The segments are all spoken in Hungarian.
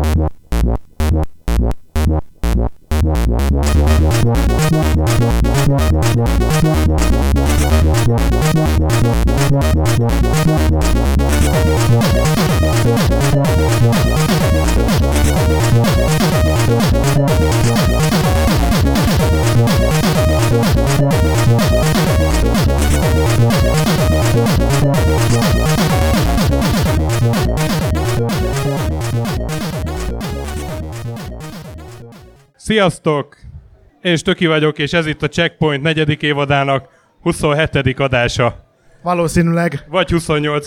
Sziasztok! Én Stöki vagyok, és ez itt a Checkpoint 4. évadának 27. adása. Valószínűleg. Vagy 28.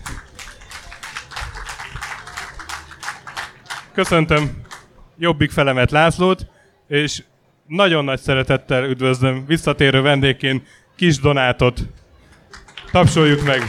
Köszöntöm jobbik felemet, Lászlót, és nagyon nagy szeretettel üdvözlöm visszatérő vendégként Kis Donátot. Tapsoljuk meg!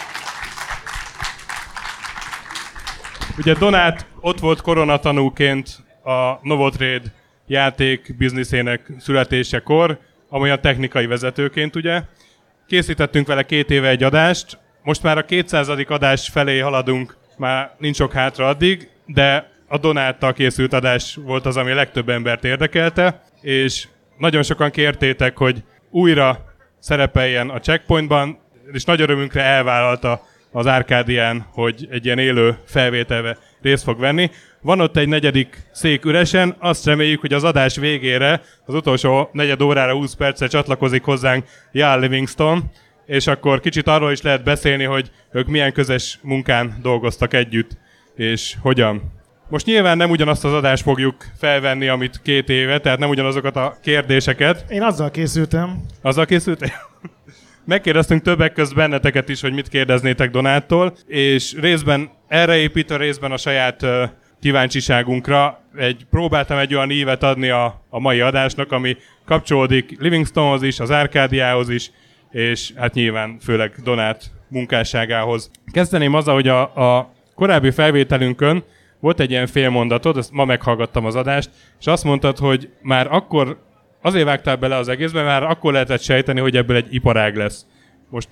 Ugye Donát ott volt koronatanúként a Novotrade játék bizniszének születésekor, amolyan technikai vezetőként, ugye. Készítettünk vele 2 éve egy adást, most már a 200. adás felé haladunk, már nincs sok hátra addig, de a Donáttal készült adás volt az, ami a legtöbb embert érdekelte, és nagyon sokan kértétek, hogy újra szerepeljen a Checkpointban, és nagy örömünkre elvállalta az Árkádián, hogy egy ilyen élő felvételbe részt fog venni. Van ott egy 4. szék üresen, azt reméljük, hogy az adás végére, az utolsó 4 órára 20 perccel csatlakozik hozzánk Jan Livingston, és akkor kicsit arról is lehet beszélni, hogy ők milyen közös munkán dolgoztak együtt, és hogyan. Most nyilván nem ugyanazt az adást fogjuk felvenni, amit 2 éve, tehát nem ugyanazokat a kérdéseket. Én azzal készültem. Azzal készültél? Megkérdeztünk többek közt benneteket is, hogy mit kérdeznétek Donáttól, és részben erre építve, részben a saját kíváncsiságunkra próbáltam egy olyan ívet adni a mai adásnak, ami kapcsolódik Livingstonhoz is, az Árkádiához is, és hát nyilván főleg Donát munkásságához. Kezdeném azzal, hogy a korábbi felvételünkön volt egy ilyen félmondatod, ezt ma meghallgattam az adást, és azt mondtad, hogy már akkor azért vágtál bele az egészben, már akkor lehetett sejteni, hogy ebből egy iparág lesz. Most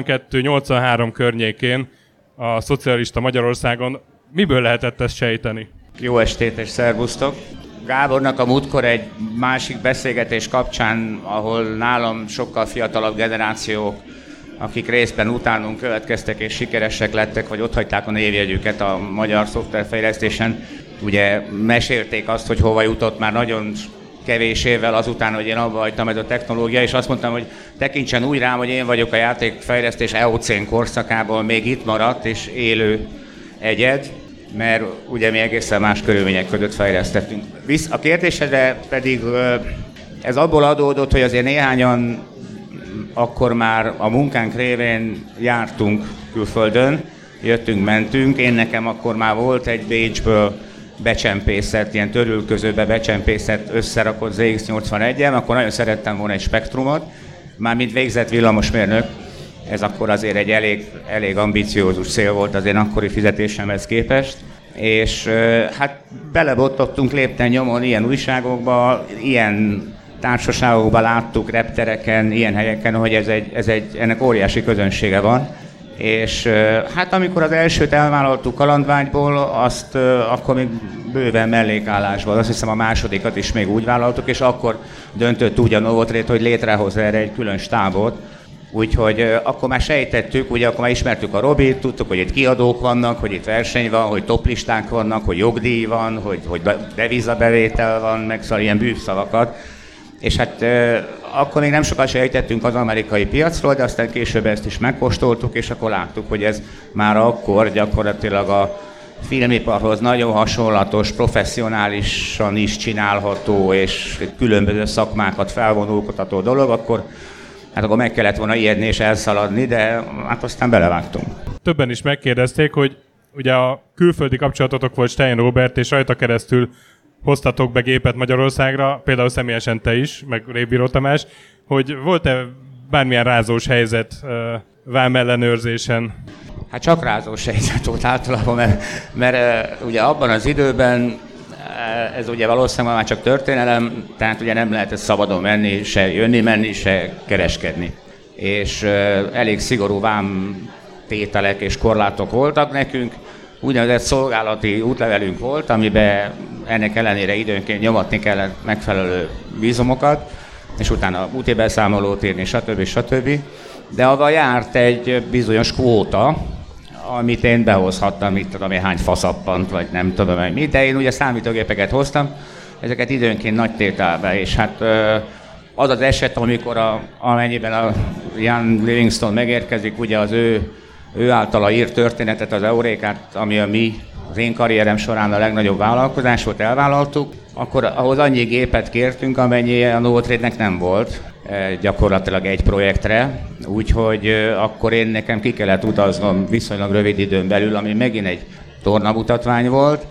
82-83 környékén a szocialista Magyarországon miből lehetett ezt sejteni? Jó estét és szervusztok! Gábornak a múltkor egy másik beszélgetés kapcsán, ahol nálam sokkal fiatalabb generációk, akik részben utánunk következtek és sikeresek lettek, vagy otthagyták a névjegyüket a magyar szoftverfejlesztésen, ugye mesélték azt, hogy hova jutott már nagyon kevés évvel azután, hogy én abba hagytam ez a technológia, és azt mondtam, hogy tekintsen úgy rám, hogy én vagyok a játékfejlesztés EOC-n korszakából még itt maradt és élő egyed, mert ugye mi egészen más körülmények között fejlesztettünk. A kérdésedre pedig ez abból adódott, hogy azért néhányan akkor már a munkánk révén jártunk külföldön, jöttünk, mentünk. Én nekem akkor már volt egy Bécsből becsempészett, ilyen törülközőbe becsempészett összerakott ZX81-em, akkor nagyon szerettem volna egy Spektrumot, mármint végzett villamosmérnök. Ez akkor azért egy elég ambiciózus cél volt az én akkori fizetésemhez képest. És hát belebottottunk lépten nyomon ilyen újságokba, ilyen társaságokban láttuk, reptereken, ilyen helyeken, hogy ennek óriási közönsége van. És hát amikor az elsőt elvállaltuk Kalandvágyból, azt akkor még bőven mellékállásban, azt hiszem a másodikat is még úgy vállaltuk, és akkor döntött úgy a Novotrade, hogy létrehoz erre egy külön stábot. Úgyhogy akkor már sejtettük, ugye akkor már ismertük a Robit, tudtuk, hogy itt kiadók vannak, hogy itt verseny van, hogy toplisták vannak, hogy jogdíj van, hogy devizabevétel van, meg szóval ilyen bűvszavakat. És hát akkor még nem sokat sejtettünk az amerikai piacról, de aztán később ezt is megkóstoltuk, és akkor láttuk, hogy ez már akkor gyakorlatilag a filmiparhoz nagyon hasonlatos, professzionálisan is csinálható, és különböző szakmákat felvonultató dolog, akkor meg kellett volna ijedni és elszaladni, de hát aztán belevágtunk. Többen is megkérdezték, hogy ugye a külföldi kapcsolatotok volt Stein Robert, és rajta keresztül hoztatok be gépet Magyarországra, például személyesen te is, meg Rébíró Tamás, hogy volt-e bármilyen rázós helyzet vámellenőrzésen? Hát csak rázós helyzet volt általában, mert ugye abban az időben ez ugye valószínűleg már csak történelem, tehát ugye nem lehetett szabadon menni, se jönni-menni, se kereskedni. És elég szigorú vám tételek és korlátok voltak nekünk, úgynevezett szolgálati útlevelünk volt, amiben ennek ellenére időnként nyomatni kellett megfelelő vízumokat, és utána úti beszámolót írni, stb. De avval járt egy bizonyos kvóta, amit én behozhattam, mit tudom én, hány faszappant, vagy nem tudom én mit, de én ugye számítógépeket hoztam, ezeket időnként nagy tételbe, és hát az az eset, amikor amennyiben a Ian Livingstone megérkezik, ugye az ő általa írt történetet, az Eurékát, ami az én karrierem során a legnagyobb vállalkozás volt, elvállaltuk, akkor ahhoz annyi gépet kértünk, amennyi a Novotrade-nek nem volt, gyakorlatilag egy projektre, úgyhogy akkor nekem ki kellett utaznom viszonylag rövid időn belül, ami megint egy tornamutatvány volt.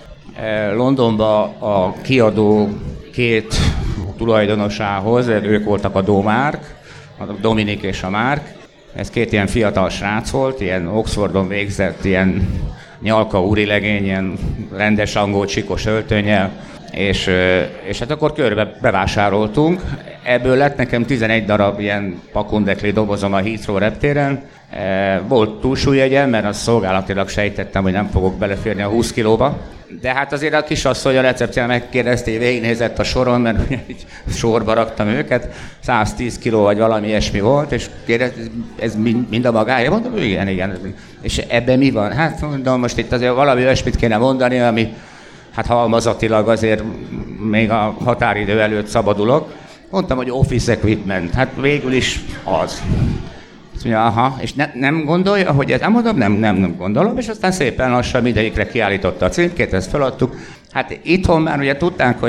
Londonba a kiadó két tulajdonosához, ők voltak a Domark, a Dominik és a Mark. Ez két ilyen fiatal srác volt, ilyen Oxfordon végzett, ilyen nyalka úrilegény, ilyen rendes angol csikos öltönnyel, és hát akkor körbe bevásároltunk. Ebből lett nekem 11 darab ilyen pakundekli dobozom a Heathrow reptéren. Volt túlsúlyjegyem, mert azt szolgálatilag sejtettem, hogy nem fogok beleférni a 20 kilóba. De hát azért a kisasszony a recepción megkérdezte, hogy végignézett a soron, mert így sorba raktam őket, 110 kiló vagy valami ilyesmi volt, és kérdezte, ez mind a magája? Mondom, igen. És ebben mi van? Hát mondom, most itt azért valami olyasmit kéne mondani, ami hát halmazatilag azért még a határidő előtt szabadulok. Mondtam, hogy office equipment, hát végül is az. Azt mondja, aha, és nem gondolja, hogy ez, mondom, nem gondolom, és aztán szépen lassan mindegyikre kiállította a címkét, ezt feladtuk. Hát itthon már ugye tudták,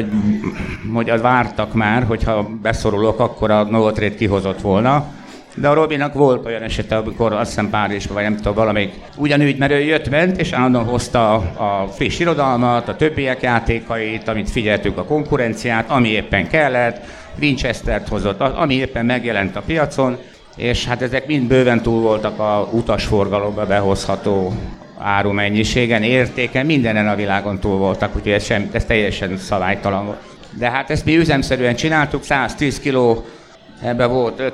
hogy vártak már, hogyha beszorulok, akkor a Novotrade kihozott volna. De a Robinak volt olyan esete, amikor azt hiszem Párizsban, vagy nem tudom, valamelyik ugyanúgy, mert ő jött-ment, és állandóan hozta a friss irodalmat, a többiek játékait, amit figyeltük, a konkurenciát, ami éppen kellett, Winchestert hozott, ami éppen megjelent a piacon, és hát ezek mind bőven túl voltak a utasforgalomba behozható árumennyiségen, értéken, mindenen a világon túl voltak, úgyhogy ez teljesen szabálytalan volt. De hát ezt mi üzemszerűen csináltuk, 110 kiló, ebben volt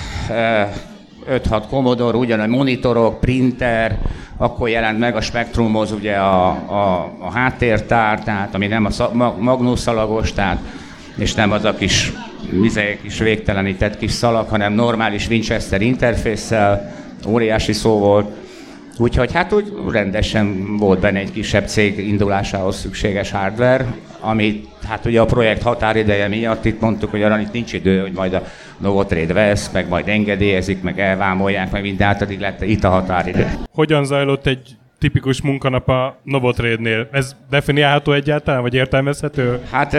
5-6 Commodore, ugyanúgy monitorok, printer, akkor jelent meg a Spectrumhoz ugye a háttértár, tehát ami nem a magnusszalagos, tehát és nem az a kis végtelenített kis szalag, hanem normális Winchester interfésszel, óriási szó volt. Úgyhogy hát úgy rendesen volt benne egy kisebb cég indulásához szükséges hardware, amit hát ugye a projekt határideje miatt itt mondtuk, hogy arra itt nincs idő, hogy majd a Novotrade vesz, meg majd engedélyezik, meg elvámolják, meg mindent, addig lett itt a határidő. Hogyan zajlott egy tipikus munkanap a Novotrade-nél? Ez definiálható egyáltalán, vagy értelmezhető? Hát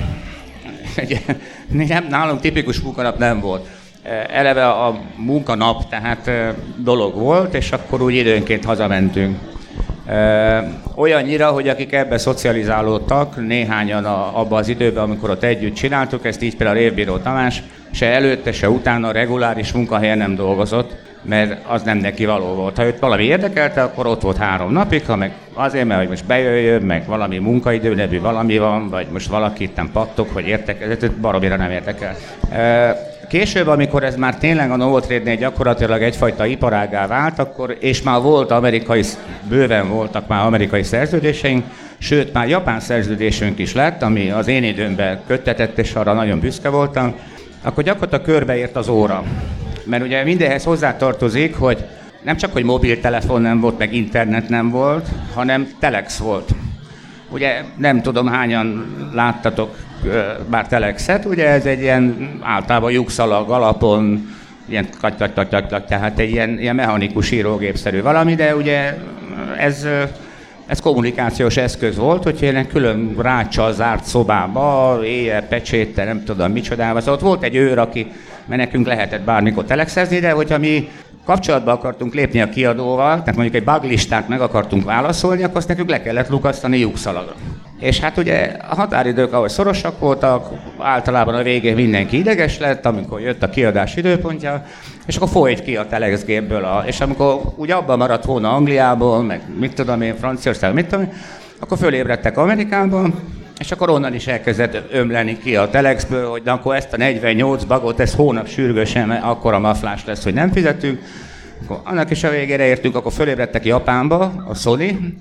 nálunk tipikus munkanap nem volt. Eleve a munkanap, tehát dolog volt, és akkor úgy időnként hazamentünk. Olyannyira, hogy akik ebbe szocializálódtak, néhányan abban az időben, amikor ott együtt csináltuk, ezt így például Révbíró Tamás, se előtte, se utána reguláris munkahelyen nem dolgozott, mert az nem neki való volt. Ha őt valami érdekelte, akkor ott volt 3 napig, ha meg azért, mert hogy most bejöjjön, meg valami munkaidő nevű valami van, vagy most valaki itt nem pattok, hogy értek, baromira nem érdekel. Később, amikor ez már tényleg a Novotrade-nél gyakorlatilag egyfajta iparággá vált, akkor, és már volt bőven voltak már amerikai szerződéseink, sőt, már japán szerződésünk is lett, ami az én időmben köttetett, és arra nagyon büszke voltam, akkor gyakorlatilag körbeért az óra. Mert ugye mindenhez hozzátartozik, hogy nem csak, hogy mobiltelefon nem volt, meg internet nem volt, hanem telex volt. Ugye nem tudom, hányan láttatok bár telexet, ugye ez egy ilyen általában lyukszalag alapon, ilyen tehát egy ilyen mechanikus írógépszerű valami, de ugye ez kommunikációs eszköz volt, hogy ilyen külön ráccsal zárt szobába, éjjel pecséttel, nem tudom micsodával, szóval ott volt egy őr, mert nekünk lehetett bármikor telexezni, de hogyha mi kapcsolatba akartunk lépni a kiadóval, tehát mondjuk egy buglistát meg akartunk válaszolni, akkor azt nekünk le kellett lukasztani lyukszalagra. És hát ugye a határidők, ahogy szorosak voltak, általában a végén mindenki ideges lett, amikor jött a kiadás időpontja, és akkor folyt ki a telexgépből, és amikor úgy abban maradt volna Angliából, meg mit tudom én, Franciaország, mit tudom én, akkor fölébredtek Amerikában, és akkor onnan is elkezdett ömleni ki a telexből, hogy na, akkor ezt a 48 bagot, ez hónap sürgősen, akkor a maflás lesz, hogy nem fizetünk. Akkor annak is a végére értünk, akkor fölébredtek Japánba, a Sony,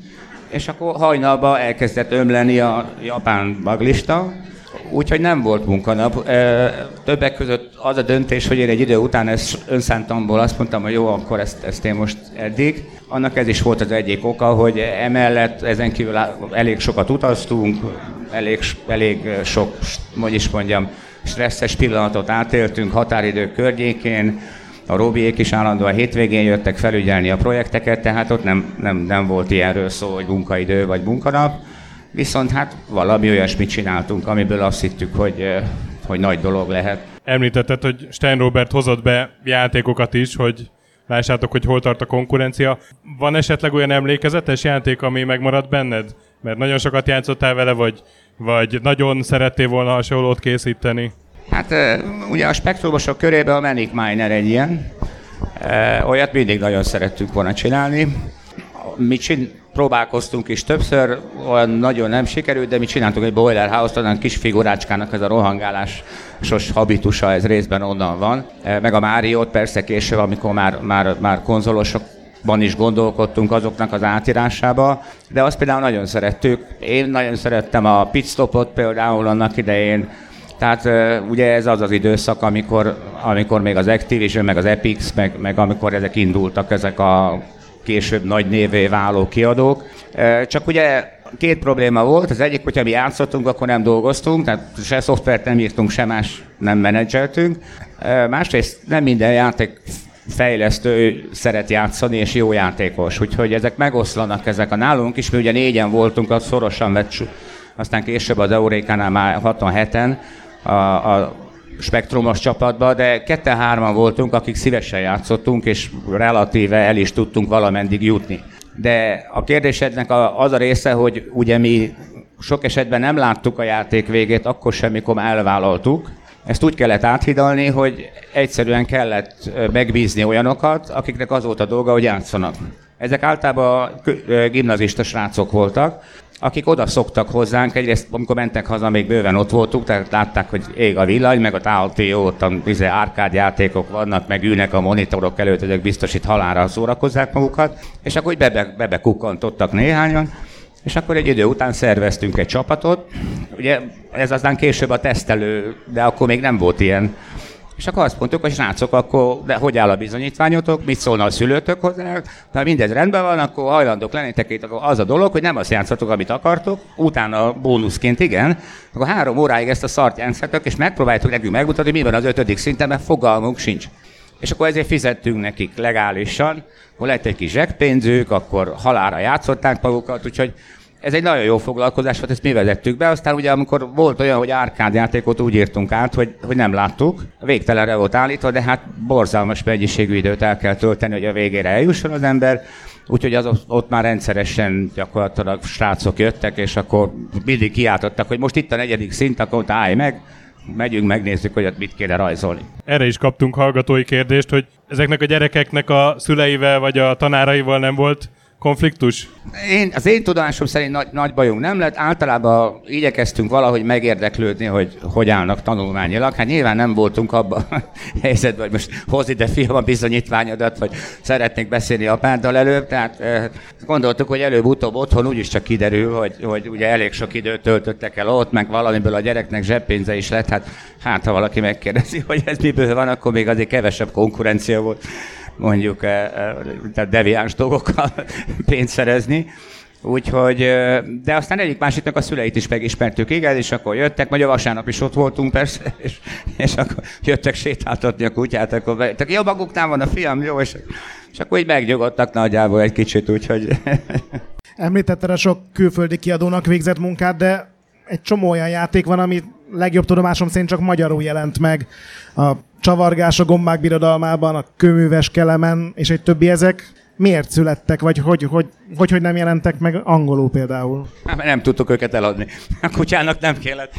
és akkor hajnalban elkezdett ömleni a japán maglista, úgyhogy nem volt munkanap. Többek között az a döntés, hogy én egy idő után ezt önszántamból azt mondtam, hogy jó, akkor ezt én most eddig. Annak ez is volt az egyik oka, hogy emellett ezen kívül elég sokat utaztunk, elég sok, hogy is mondjam, stresszes pillanatot átéltünk határidők környékén. A Robiék is állandóan hétvégén jöttek felügyelni a projekteket, tehát ott nem volt ilyenről szó, hogy munkaidő vagy munkanap. Viszont hát valami olyasmit csináltunk, amiből azt hittük, hogy nagy dolog lehet. Említetted, hogy Stein Robert hozott be játékokat is, hogy lássátok, hogy hol tart a konkurencia. Van esetleg olyan emlékezetes játék, ami megmaradt benned? Mert nagyon sokat játszottál vele, vagy nagyon szerettél volna hasonlót készíteni? Hát ugye a spektrumosok körében a Manic Miner egy ilyen. Olyat mindig nagyon szerettünk volna csinálni. Mi próbálkoztunk is többször, olyan nagyon nem sikerült, de mi csináltunk egy Boiler House-t, olyan kis figurácskának ez a rohangálásos habitusa, ez részben onnan van. Meg a Máriót persze később, amikor már konzolosokban is gondolkodtunk azoknak az átírásába, de azt például nagyon szerettük. Én nagyon szerettem a Pitstopot például annak idején. Tehát ugye ez az az időszak, amikor még az Activision, meg az Epic, meg amikor ezek indultak, ezek a később nagy névé váló kiadók. Csak ugye két probléma volt. Az egyik, hogyha mi játszottunk, akkor nem dolgoztunk, tehát se szoftvert nem írtunk, se más nem menedzseltünk. Másrészt nem minden játékfejlesztő szeret játszani, és jó játékos. Úgyhogy ezek megoszlanak, ezek a nálunk is. Mi ugye 4-en voltunk, az szorosan vett, aztán később az Eurékánál már 67-en a spektrumos csapatban, de 2-3-an voltunk, akik szívesen játszottunk, és relatíve el is tudtunk valameddig jutni. De a kérdésednek az a része, hogy ugye mi sok esetben nem láttuk a játék végét, akkor sem, mikor elvállaltuk. Ezt úgy kellett áthidalni, hogy egyszerűen kellett megbízni olyanokat, akiknek az volt a dolga, hogy játszanak. Ezek általában gimnazista srácok voltak, akik oda szoktak hozzánk, egyrészt amikor mentek haza, még bőven ott voltunk, tehát látták, hogy ég a villany, meg a TLTO, ott árkádjátékok vannak, meg ülnek a monitorok előtt, ezek biztos itt halálra szórakozzák magukat, és akkor bebekukkantottak néhányan, és akkor egy idő után szerveztünk egy csapatot, ugye ez aztán később a tesztelő, de akkor még nem volt ilyen. És akkor azt mondtuk, hogy srácok, akkor de hogy áll a bizonyítványotok, mit szólna a szülőtök hozzá, ha mindez rendben van, akkor hajlandók lennétek itt, akkor az a dolog, hogy nem azt játszatok, amit akartok, utána bónuszként igen, akkor 3 óráig ezt a szart játszatok, és megpróbáljátok nekünk megmutatni, mi van az 5. szinten, mert fogalmunk sincs. És akkor ezért fizettünk nekik legálisan, akkor lett egy kis zseppénzük, akkor halálra játszották magukat, úgyhogy ez egy nagyon jó foglalkozás volt, ezt mi vezettük be, aztán ugye amikor volt olyan, hogy árkádjátékot úgy írtunk át, hogy nem láttuk, végtelenre volt állítva, de hát borzalmas mennyiségű időt el kell tölteni, hogy a végére eljusson az ember, úgyhogy ott már rendszeresen gyakorlatilag srácok jöttek, és akkor mindig kiáltottak, hogy most itt a 4. szint, akkor állj meg, megyünk, megnézzük, hogy ott mit kéne rajzolni. Erre is kaptunk hallgatói kérdést, hogy ezeknek a gyerekeknek a szüleivel vagy a tanáraival nem volt konfliktus? Az én tudomásom szerint nagy bajunk nem lett. Általában igyekeztünk valahogy megérdeklődni, hogy állnak tanulmányilag. Hát nyilván nem voltunk abban a helyzetben, hogy most hozz ide fiam a bizonyítványodat, vagy szeretnék beszélni apáddal előbb. Tehát gondoltuk, hogy előbb-utóbb otthon úgyis csak kiderül, hogy ugye elég sok időt töltöttek el ott, meg valamiből a gyereknek zseppénze is lett. Hát ha valaki megkérdezi, hogy ez miből van, akkor még azért kevesebb konkurencia volt, mondjuk tehát deviáns dolgokkal pénzt szerezni. Úgyhogy, de aztán egyik másiknak a szüleit is megismertük, igen, és akkor jöttek, majd a vasárnap is ott voltunk persze, és akkor jöttek sétáltatni a kutyát, akkor jó, maguknál van a fiam, jó, és akkor így megnyugodtak nagyjából egy kicsit, úgyhogy... Említetted a sok külföldi kiadónak végzett munkát, de egy csomó olyan játék van, ami legjobb tudomásom szerint csak magyarul jelent meg. A Csavargás a gombák birodalmában, a Kőműves Kelemen és egy többi, ezek miért születtek, vagy hogy nem jelentek meg angolul például? Hát, nem tudtuk őket eladni. A kutyának nem kellett.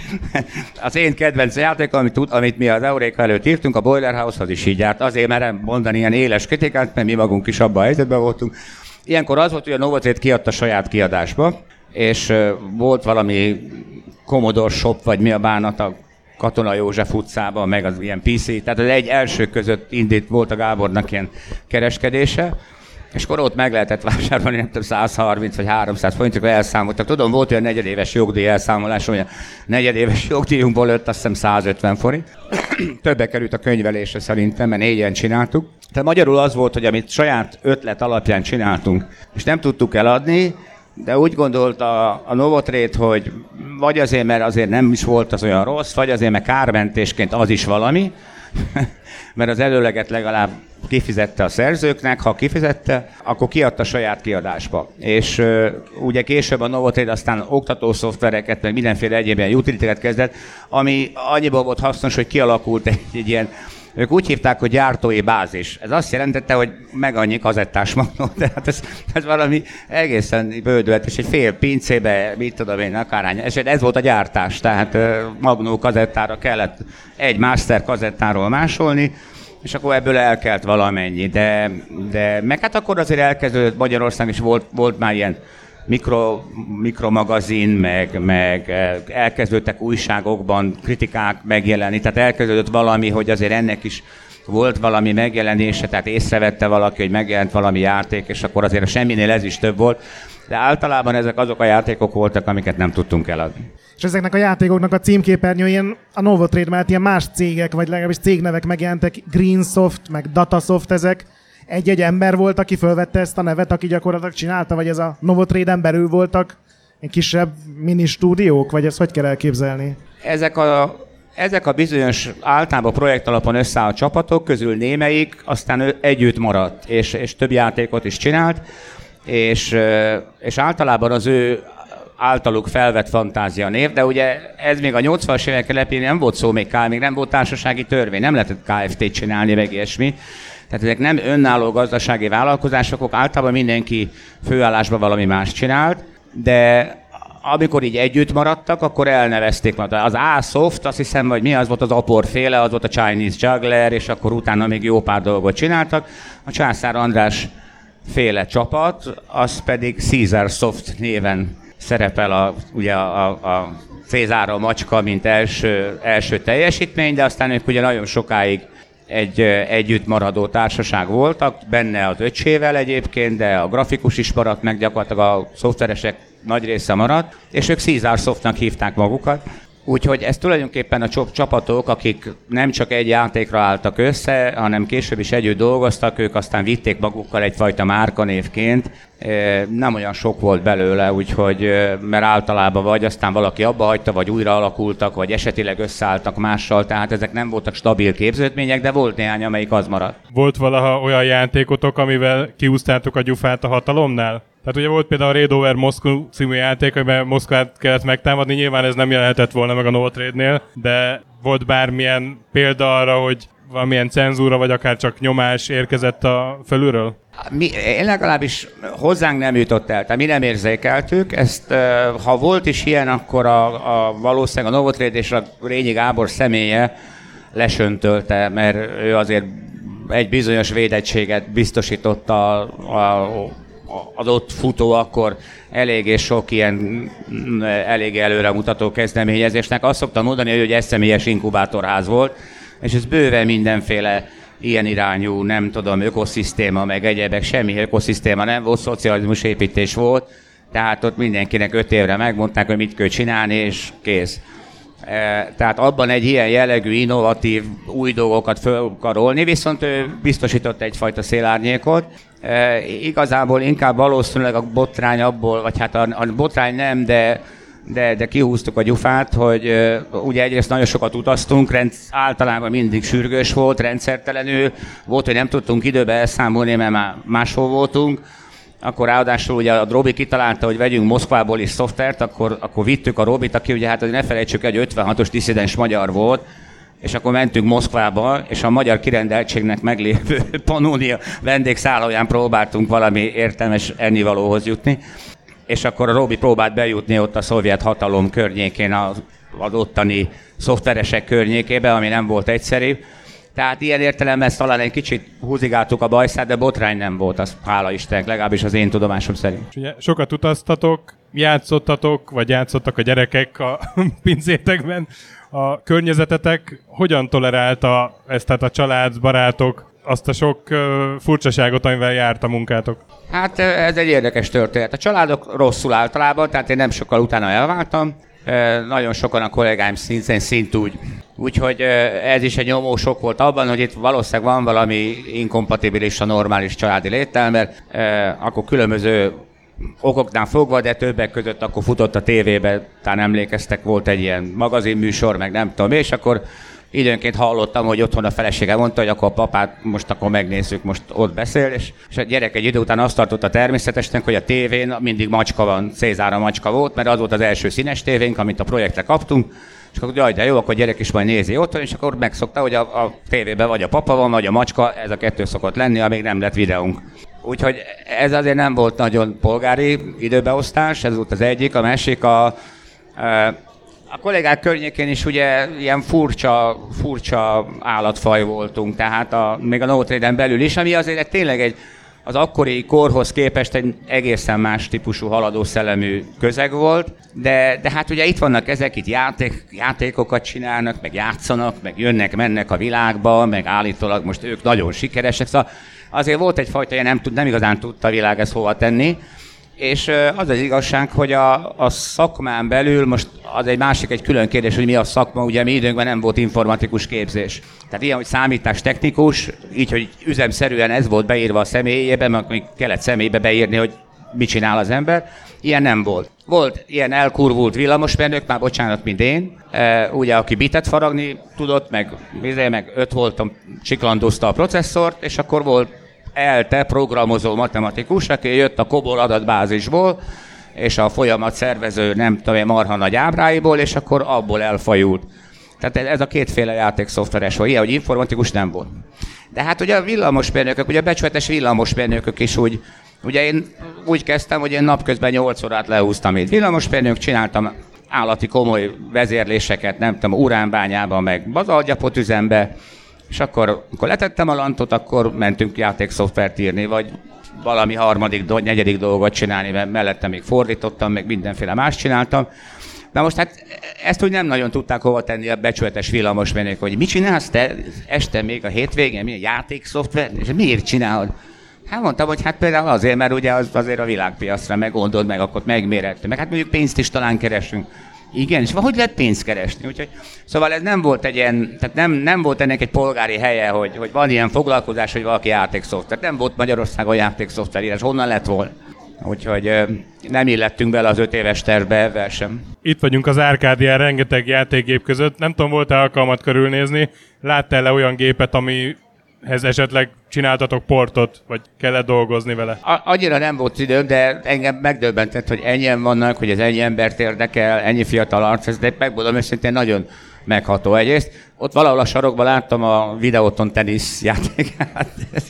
Az én kedvenc játék, amit mi az Euréka előtt írtunk, a Boiler House, az is így járt. Azért merem mondani ilyen éles kritikát, mert mi magunk is abban a helyzetben voltunk. Ilyenkor az volt, hogy a Novotrade kiadta saját kiadásba, és volt valami Commodore Shop, vagy mi a bánat a Katona József utcában, meg az ilyen PC, tehát az egy első között volt a Gábornak ilyen kereskedése, És akkor ott meg lehetett vásárolni, nem tudom, 130 vagy 300 forintra elszámoltak. Tudom, volt olyan negyedéves jogdíj elszámolás, hogy a negyedéves jogdíjunkból lett azt hiszem 150 forint. Többe került a könyvelésre szerintem, mert 4-en csináltuk. Tehát magyarul az volt, hogy amit saját ötlet alapján csináltunk, és nem tudtuk eladni, de úgy gondolta a Novotrade, hogy vagy azért, mert azért nem is volt az olyan rossz, vagy azért, mert kármentésként az is valami, mert az előleget legalább kifizette a szerzőknek, ha kifizette, akkor kiadta saját kiadásba. És ugye később a Novotrade aztán oktatószoftvereket, meg mindenféle egyéb ilyen utility-ket kezdett, ami annyiból volt hasznos, hogy kialakult egy ilyen, ők úgy hívták, hogy gyártói bázis. Ez azt jelentette, hogy meg annyi kazettás magnó, tehát ez valami egészen bődöletes, egy fél pincébe, mit tudom én, akárhány. És ez volt a gyártás, tehát magnó kazettára kellett egy master kazettáról másolni, és akkor ebből elkelt valamennyi. De meg hát akkor azért elkezdődött Magyarországon is volt már ilyen mikromagazin, meg elkezdődtek újságokban kritikák megjelenni, tehát elkezdődött valami, hogy azért ennek is volt valami megjelenése, tehát észrevette valaki, hogy megjelent valami játék, és akkor azért semminél ez is több volt. De általában ezek azok a játékok voltak, amiket nem tudtunk eladni. És ezeknek a játékoknak a címképernyőjén a Novotrade mellett ilyen más cégek, vagy legalábbis cégnevek megjelentek, Greensoft, meg Datasoft, ezek egy-egy ember volt, aki fölvette ezt a nevet, aki gyakorlatilag csinálta, vagy ez a Novotrade-en belül voltak egy kisebb mini stúdiók, vagy ezt hogy kell elképzelni? Ezek a bizonyos általában projekt alapon összeállt csapatok közül némelyik aztán együtt maradt, és több játékot is csinált, és általában az ő általuk felvett fantázia név, de ugye ez még a 80-as évek elején nem volt szó, még nem volt társasági törvény, nem lehetett Kft-t csinálni, meg ilyesmi. Tehát ezek nem önálló gazdasági vállalkozások, általában mindenki főállásban valami más csinált, de amikor így együtt maradtak, akkor elnevezték. Az A-Soft, azt hiszem, vagy mi az volt az Apor-féle, az volt a Chinese Juggler, és akkor utána még jó pár dolgot csináltak. A Császár András féle csapat, az pedig Caesar Soft néven szerepel ugye a Cézár a macska, mint első teljesítmény, de aztán ők ugye nagyon sokáig egy együtt maradó társaság voltak, benne az öccsével egyébként, de a grafikus is maradt meg, gyakorlatilag a szoftveresek nagy része maradt, és ők Caesar Softnak hívták magukat. Úgyhogy ez tulajdonképpen a csapatok, akik nem csak egy játékra álltak össze, hanem később is együtt dolgoztak, ők aztán vitték magukkal egyfajta márkanévként. Nem olyan sok volt belőle, úgyhogy, mert általában vagy aztán valaki abba hagyta, vagy újra alakultak, vagy esetileg összeálltak mással, tehát ezek nem voltak stabil képződmények, de volt néhány, amelyik az maradt. Volt valaha olyan játékotok, amivel kiúztátok a gyufát a hatalomnál? Tehát ugye volt például a Raid Over Moscow című játék, amiben Moszkvát kellett megtámadni, nyilván ez nem jelenhetett volna meg a Novotrade-nél, de volt bármilyen példa arra, hogy valamilyen cenzúra, vagy akár csak nyomás érkezett a fölülről? Én legalábbis hozzánk nem jutott el, tehát mi nem érzékeltük. Ezt, ha volt is ilyen, akkor valószínűleg a Novotrade és a Rényi Gábor személye lesöntölte, mert ő azért egy bizonyos védettséget biztosította az ott futó akkor eléggé sok ilyen eléggé előremutató kezdeményezésnek. Azt szoktam mondani, hogy egy személyes inkubátorház volt, és ez bőven mindenféle ilyen irányú, nem tudom, ökoszisztéma, meg egyebek, semmi ökoszisztéma nem volt, szocializmus építés volt, tehát ott mindenkinek 5 évre megmondták, hogy mit kell csinálni, és kész. Tehát abban egy ilyen jellegű, innovatív, új dolgokat fölkarolni, viszont ő biztosított egyfajta szélárnyékot. Igazából inkább valószínűleg a botrány abból, vagy hát a botrány nem, de kihúztuk a gyufát, hogy ugye egyrészt nagyon sokat utaztunk, általában mindig sürgős volt, rendszertelenül volt, hogy nem tudtunk időbe elszámolni, mert már máshol voltunk. Akkor ráadásul ugye a Robi kitalálta, hogy vegyünk Moszkvából is szoftvert, akkor vittük a Robit, aki ugye hát ne felejtsük, egy 56-os disszidens magyar volt, és akkor mentünk Moszkvába, és a magyar kirendeltségnek meglévő Pannonia vendégszállóján próbáltunk valami értelmes ennivalóhoz jutni, és akkor a Robi próbált bejutni ott a szovjet hatalom környékén, az ottani szoftveresek környékébe, ami nem volt egyszerű. Tehát ilyen értelemben ezt talán egy kicsit húzigáltuk a bajszát, de botrány nem volt, az hála Istennek, legalábbis az én tudomásom szerint. Ugye sokat utaztatok, játszottatok, vagy játszottak a gyerekek a pincétekben. A környezetetek hogyan tolerálta ezt, tehát a család, barátok azt a sok furcsaságot, amivel járt a munkátok? Hát ez egy érdekes történet. A családok rosszul általában, tehát én nem sokkal utána elváltam. Nagyon sokan a kollégáim szintúgy. Úgyhogy ez is egy nyomó sok volt abban, hogy itt valószínűleg van valami inkompatibilis a normális családi léttel, mert akkor különböző okoknál fogva, de többek között akkor futott a tévébe, talán emlékeztek, volt egy ilyen magazinműsor, meg nem tudom, és akkor időnként hallottam, hogy otthon a felesége mondta, hogy akkor a papát most akkor megnézzük, most ott beszél, és a gyerek egy idő után azt tartotta természetesnek, hogy a tévén mindig macska van, Cézára macska volt, mert az volt az első színes tévénk, amit a projektre kaptunk, és akkor jaj, de jó, akkor a gyerek is majd nézi otthon, és akkor megszokta, hogy a tévében vagy a papa van, vagy a macska, ez a kettő szokott lenni, amíg nem lett videónk. Úgyhogy ez azért nem volt nagyon polgári időbeosztás, ez volt az egyik, a másik a kollégák környékén is ugye ilyen furcsa állatfaj voltunk, tehát még a Notre Dame belül is, ami azért tényleg az akkori korhoz képest egy egészen más típusú haladószellemű közeg volt, de hát ugye itt vannak ezek, itt játékokat csinálnak, meg játszanak, meg jönnek-mennek a világba, meg állítólag most ők nagyon sikeresek, szóval azért volt egyfajta, nem igazán tudta a világ ezt hova tenni, és az az igazság, hogy a szakmán belül, most az egy külön kérdés, hogy mi a szakma, ugye mi időnkben nem volt informatikus képzés. Tehát ilyen, hogy számítástechnikus, így, hogy üzemszerűen ez volt beírva a személyében, amikor kellett személybe beírni, hogy mit csinál az ember, ilyen nem volt. Volt ilyen elkurvult villamosmérnök, már bocsánat, mint én, ugye, aki bitet faragni tudott, meg 5 voltam, csiklandozta a processzort, és akkor volt ELTE programozó matematikus, aki jött a COBOL adatbázisból, és a folyamat szervező nem tudom, marha nagy ábráiból, és akkor abból elfajult. Tehát ez a kétféle játékszoftveres volt, ilyen, hogy informatikus nem volt. De hát ugye a villamosmérnökök, ugye a becsületes villamosmérnökök is úgy, ugye én úgy kezdtem, hogy én napközben 8 órát lehúztam itt villamosmérnök, csináltam állati komoly vezérléseket, nem tudom, uránbányában, meg bazalgyapot üzembe, és akkor, amikor letettem a lantot, akkor mentünk játékszoftvert írni, vagy valami negyedik dolgot csinálni, mert mellette még fordítottam, meg mindenféle más csináltam. De most hát ezt úgy nem nagyon tudták hova tenni a becsületes villamosmérnök, hogy mit csinálsz te este még a hétvégén, milyen játékszoftver, és miért csinálod? Hát mondtam, hogy hát például azért, mert ugye azért a világpiacra meggondolod meg, akkor megmérettük, meg hát mondjuk pénzt is talán keresünk. Igen, és hogy lehet pénzt keresni? Úgyhogy, szóval ez nem volt egy ilyen, tehát nem volt ennek egy polgári helye, hogy van ilyen foglalkozás, hogy valaki játékszoftver. Nem volt Magyarországon játékszoftverírás, honnan lett volna? Úgyhogy nem illettünk bele az 5 éves tervbe ebben sem. Itt vagyunk az Árkádián rengeteg játékgép között. Nem tudom, volt-e alkalmat körülnézni? Láttál le olyan gépet, amihez esetleg csináltatok portot, vagy kellett dolgozni vele? Annyira nem volt időm, de engem megdöbbentett, hogy ennyien vannak, hogy ez ennyi embert érdekel, ennyi fiatal arc, de megmondom őszintén nagyon megható. Egyrészt ott valahol a sarokban láttam a Videóton tenisz játékát.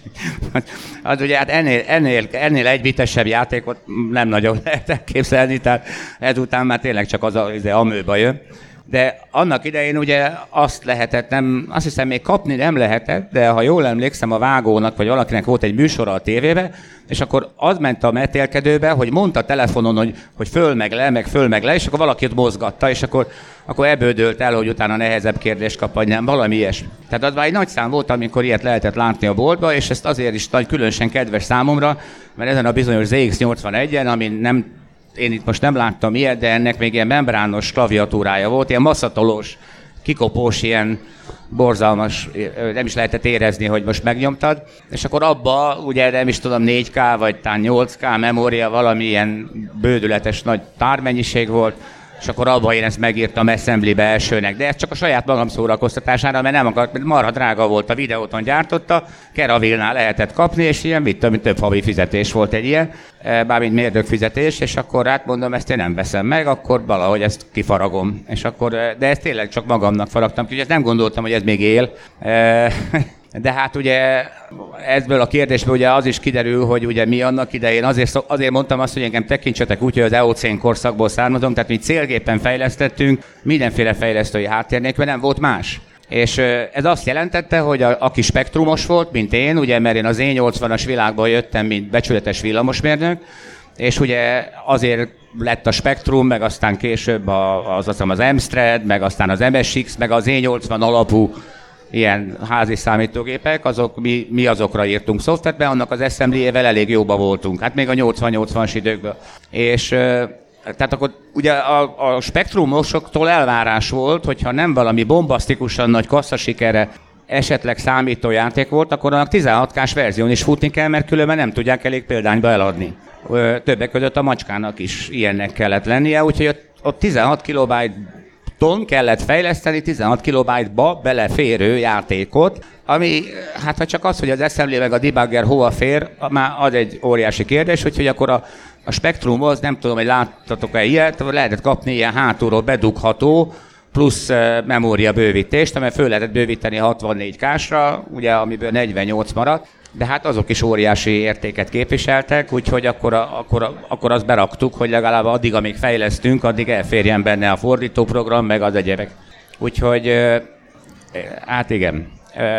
Az ugye hát ennél egyvitesebb játékot nem nagyon lehet elképzelni, tehát ezután már tényleg csak az amőba jön. De annak idején ugye azt hiszem még kapni nem lehetett, de ha jól emlékszem, a Vágónak vagy valakinek volt egy műsora a tévébe, és akkor az ment a metélkedőbe, hogy mondta telefonon, hogy föl meg le, és akkor valaki ott mozgatta, és akkor ebből dőlt el, hogy utána nehezebb kérdést kap, vagy nem, valami ilyesmi. Tehát az már egy nagy szám volt, amikor ilyet lehetett látni a boltba, és ezt azért is különösen kedves számomra, mert ezen a bizonyos ZX81-en, ami én itt most nem láttam ilyet, de ennek még ilyen membrános klaviatúrája volt, ilyen masszatolós, kikopós, ilyen borzalmas, nem is lehetett érezni, hogy most megnyomtad. És akkor abba, ugye nem is tudom, 4K vagy talán 8K memória, valami ilyen bődületes nagy tármennyiség volt, és akkor abban én ezt megírtam Assembly-be elsőnek, de ez csak a saját magam szórakoztatására, mert nem akart, mert marha drága volt, a Videóton gyártotta, Keravilnál lehetett kapni, és ilyen több havi fizetés volt egy ilyen, bármint mérnök fizetés, és akkor hát mondom, ezt én nem veszem meg, akkor valahogy ezt kifaragom. És akkor, de ezt tényleg csak magamnak faragtam ki, úgyhogy ezt nem gondoltam, hogy ez még él. De hát ugye ebből a kérdésből ugye az is kiderül, hogy ugye mi annak idején, azért mondtam azt, hogy engem tekintsetek úgy, hogy az EOC-n korszakból származom, tehát mi célgépen fejlesztettünk, mindenféle fejlesztői háttér nélkül, nem volt más. És ez azt jelentette, hogy aki spektrumos volt, mint én, ugye, mert én az E80-as világból jöttem, mint becsületes villamosmérnök, és ugye azért lett a Spektrum, meg aztán később az Amstrad, meg aztán az MSX, meg az E80 alapú ilyen házi számítógépek, mi azokra írtunk szoftvert, mert annak az assembly-ével elég jóba voltunk, hát még a 80-80-as időkben. És tehát akkor ugye a spektrumosoktól elvárás volt, hogyha nem valami bombasztikusan nagy kasszasikerre esetleg számítójáték volt, akkor annak 16K-s verzión is futni kell, mert különben nem tudják elég példányba eladni. Többek között a macskának is ilyennek kellett lennie, úgyhogy ott 16 kilobájton kellett fejleszteni 16 kilobájtba beleférő játékot, ami, hát ha csak az, hogy az assembly meg a debugger hova fér, már az egy óriási kérdés, úgyhogy akkor a Spectrumhoz, nem tudom, hogy láttatok-e ilyet, lehetett kapni ilyen hátulról bedugható, plusz memória bővítést, amely föl lehetett bővíteni 64K-sra, ugye, amiből 48 maradt, de hát azok is óriási értéket képviseltek, úgyhogy akkor azt beraktuk, hogy legalább addig, amíg fejlesztünk, addig elférjen benne a fordítóprogram, meg az egyebek. Úgyhogy, hát igen.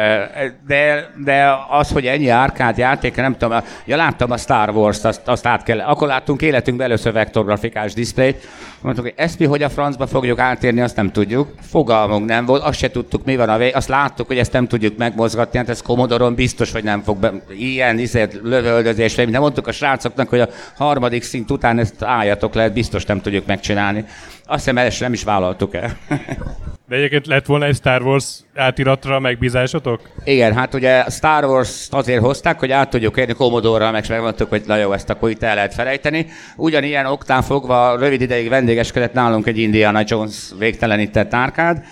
De az, hogy ennyi árkád játék, nem tudom, láttam a Star Wars-t, azt át kell, akkor láttunk életünkben először vektorgrafikás diszpléjt, mondtuk, hogy ezt mi hogy a francba fogjuk átérni, azt nem tudjuk, fogalmunk nem volt, azt se tudtuk, mi van azt láttuk, hogy ezt nem tudjuk megmozgatni, hát ez Commodore-on biztos, hogy nem fog ilyen lövöldözés, nem mondtuk a srácoknak, hogy a harmadik szint után ezt álljatok le, biztos nem tudjuk megcsinálni. Azt hiszem, ezt nem is vállaltuk el. De egyébként lett volna egy Star Wars átiratra megbízásotok? Igen, hát ugye Star Wars azért hozták, hogy át tudjuk érni Commodore-ral, meg megmondtuk, hogy na jó, ezt akkor itt el lehet felejteni. Ugyanilyen oktán fogva rövid ideig vendégeskedett nálunk egy Indiana Jones végtelenített árkád,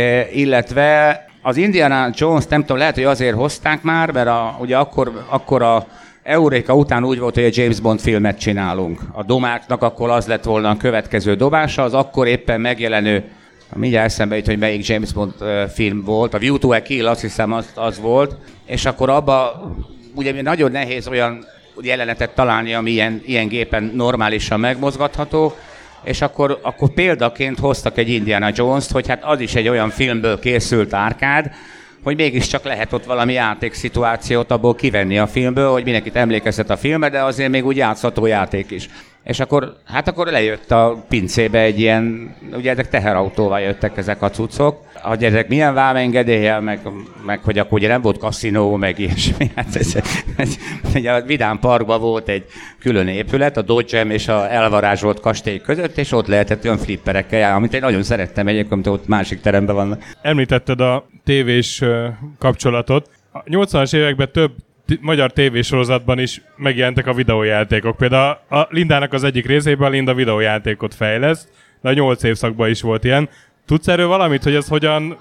illetve az Indiana Jones, nem tudom, lehet, hogy azért hozták már, mert ugye akkor a Eureka után úgy volt, hogy a James Bond filmet csinálunk. A domáknak akkor az lett volna a következő dobása, az akkor éppen megjelenő, mindjárt eszembe jut, hogy melyik James Bond film volt, a View to a Kill, azt hiszem az volt, és akkor abba ugye nagyon nehéz olyan jelenetet találni, ami ilyen gépen normálisan megmozgatható, és akkor példaként hoztak egy Indiana Jones-t, hogy hát az is egy olyan filmből készült árkád, hogy mégiscsak lehet ott valami játékszituációt abból kivenni a filmből, hogy mindenkit emlékeztet a filmbe, de azért még úgy játszható játék is. És akkor lejött a pincébe egy ilyen, ugye ezek teherautóval jöttek ezek a cuccok, hogy ezek milyen vámengedéllyel, meg hogy akkor ugye nem volt kaszinó, meg ilyesmi. Hát ugye a Vidám Parkban volt egy külön épület, a Dodgem és a elvarázsolt kastély között, és ott lehetett olyan flipperekkel járni, amit én nagyon szerettem egyébként, ott másik teremben vannak. Említetted a tévés kapcsolatot. A 80-as években több magyar tévésorozatban is megjelentek a videójátékok. Például a Lindának az egyik részében a Linda videójátékot fejleszt, de a 8 évszakban is volt ilyen. Tudsz erről valamit, hogy ez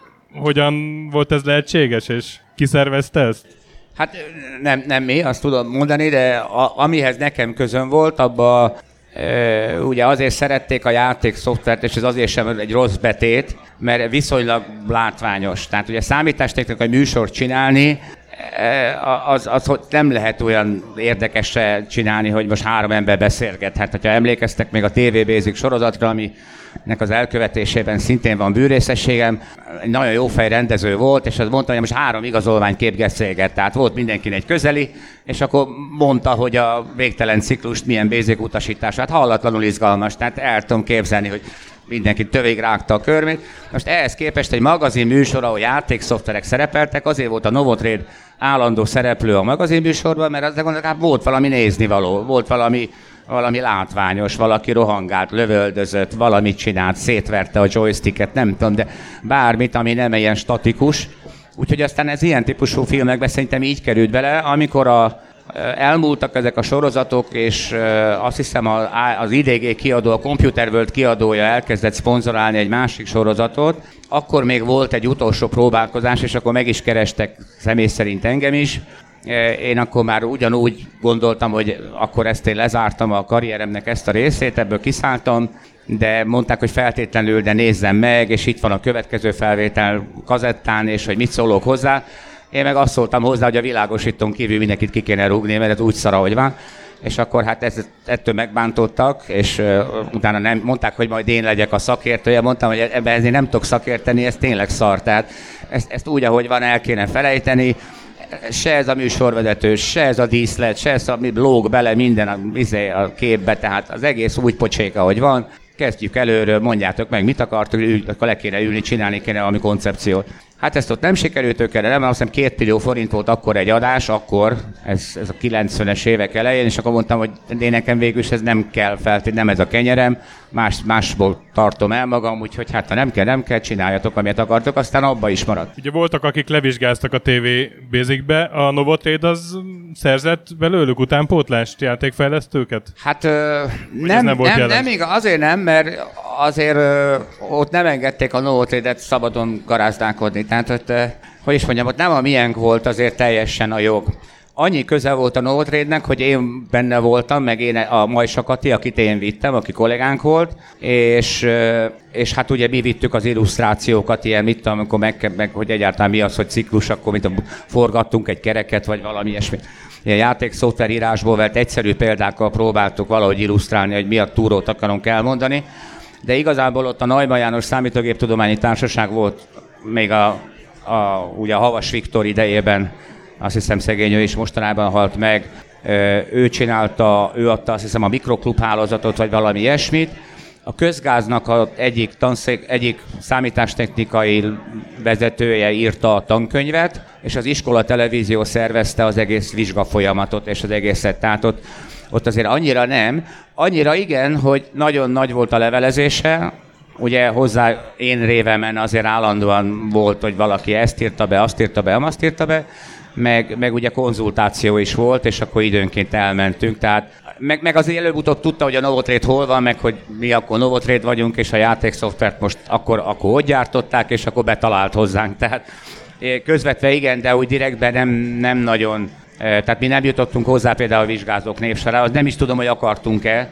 hogyan volt ez lehetséges, és ki szervezte ezt? Hát nem mi, azt tudom mondani, de amihez nekem közön volt, abban ugye azért szerették a játékszoftvert, és ez azért sem egy rossz betét, mert viszonylag látványos. Tehát ugye számítástechnikai műsort csinálni, az nem lehet olyan érdekesre csinálni, hogy most 3 ember beszélget. Hát, hogyha emlékeztek még a TV Basic sorozatra, aminek az elkövetésében szintén van bűrészességem, egy nagyon jó fej rendező volt, és az mondta, hogy most 3 igazolványkép beszélget. Tehát volt mindenkin egy közeli, és akkor mondta, hogy a végtelen ciklust milyen Basic utasítás. Hát hallatlanul izgalmas, tehát el tudom képzelni, hogy mindenki tövig rágta a körmét. Most ehhez képest egy magazin műsor, ahol játékszoftverek szerepeltek, azért volt a Novotrade állandó szereplő a magazin műsorban, mert azért legalább volt valami néznivaló, volt valami látványos, valaki rohangált, lövöldözött, valamit csinált, szétverte a joysticket, nem tudom, de bármit, ami nem ilyen statikus. Úgyhogy aztán ez ilyen típusú filmekben szerintem így került bele, amikor elmúltak ezek a sorozatok, és azt hiszem az IDG kiadó, a Computer World kiadója elkezdett szponzorálni egy másik sorozatot, akkor még volt egy utolsó próbálkozás, és akkor meg is kerestek személy szerint engem is. Én akkor már ugyanúgy gondoltam, hogy akkor ezt én lezártam a karrieremnek ezt a részét, ebből kiszálltam, de mondták, hogy feltétlenül, de nézzem meg, és itt van a következő felvétel kazettán, és hogy mit szólok hozzá. Én meg azt szóltam hozzá, hogy a világosítón kívül mindenkit ki kéne rúgni, mert ez úgy szar, ahogy van. És akkor hát ettől megbántottak, és utána nem mondták, hogy majd én legyek a szakértője. Mondtam, hogy ebben ezért nem tudok szakérteni, ez tényleg szar. Tehát ezt úgy, ahogy van, el kéne felejteni. Se ez a műsorvezető, se ez a díszlet, se ez a lóg bele minden a képbe, tehát az egész úgy pocsék, ahogy van. Kezdjük előről, mondjátok meg, mit akartok, akkor le kéne ülni, csinálni kéne valami koncepciót. Hát ezt ott nem sikerült őkkel, nem, azt hiszem 2 millió forint volt akkor egy adás, akkor, ez a 90-es évek elején, és akkor mondtam, hogy én nekem végül is ez nem kell feltétlenül, nem ez a kenyerem, másból tartom el magam, úgyhogy hát ha nem kell, csináljatok, amit akartok, aztán abba is maradt. Ugye voltak, akik levizsgáztak a TV Basicbe, a Novotrade az szerzett belőlük utánpótlást, játékfejlesztőket? Hát nem igaz, azért nem, mert azért ott nem engedték a Novotrade-et szabadon garázdálkodni. Tehát ott, hogy is mondjam, ott nem a miénk volt azért teljesen a jog. Annyi köze volt a Novotrade-nek, hogy én benne voltam, meg én a Majsa Kati, akit én vittem, aki kollégánk volt, és hát ugye mi vittük az illusztrációkat, ilyen mit tudom, amikor meg hogy egyáltalán mi az, hogy ciklus, akkor mint forgattunk egy kereket, vagy valami ilyesmi. Ilyen játékszoftverírásból vett egyszerű példákkal próbáltuk valahogy illusztrálni, hogy mi a túrót akarunk elmondani, de igazából ott a Neumann János Számítógéptudományi Társaság volt még ugye a Havas Viktor idejében, azt hiszem szegény ő is mostanában halt meg, ő adta azt hiszem a Mikroklub hálózatot, vagy valami ilyesmit. A Közgáznak egyik számítástechnikai vezetője írta a tankönyvet, és az iskola televízió szervezte az egész vizsgafolyamatot és az egészet. Tehát ott azért annyira igen, hogy nagyon nagy volt a levelezése, ugye hozzá én révemen azért állandóan volt, hogy valaki ezt írta be, azt írta be, amazt írta be, meg ugye konzultáció is volt, és akkor időnként elmentünk, tehát meg azért előbb-utóbb tudta, hogy a Novotrade hol van, meg hogy mi akkor Novotrade vagyunk, és a játékszoftvert most akkor ott gyártották, és akkor betalált hozzánk, tehát közvetve igen, de úgy direktben nem nagyon, tehát mi nem jutottunk hozzá például a vizsgázók névsorára, az nem is tudom, hogy akartunk-e,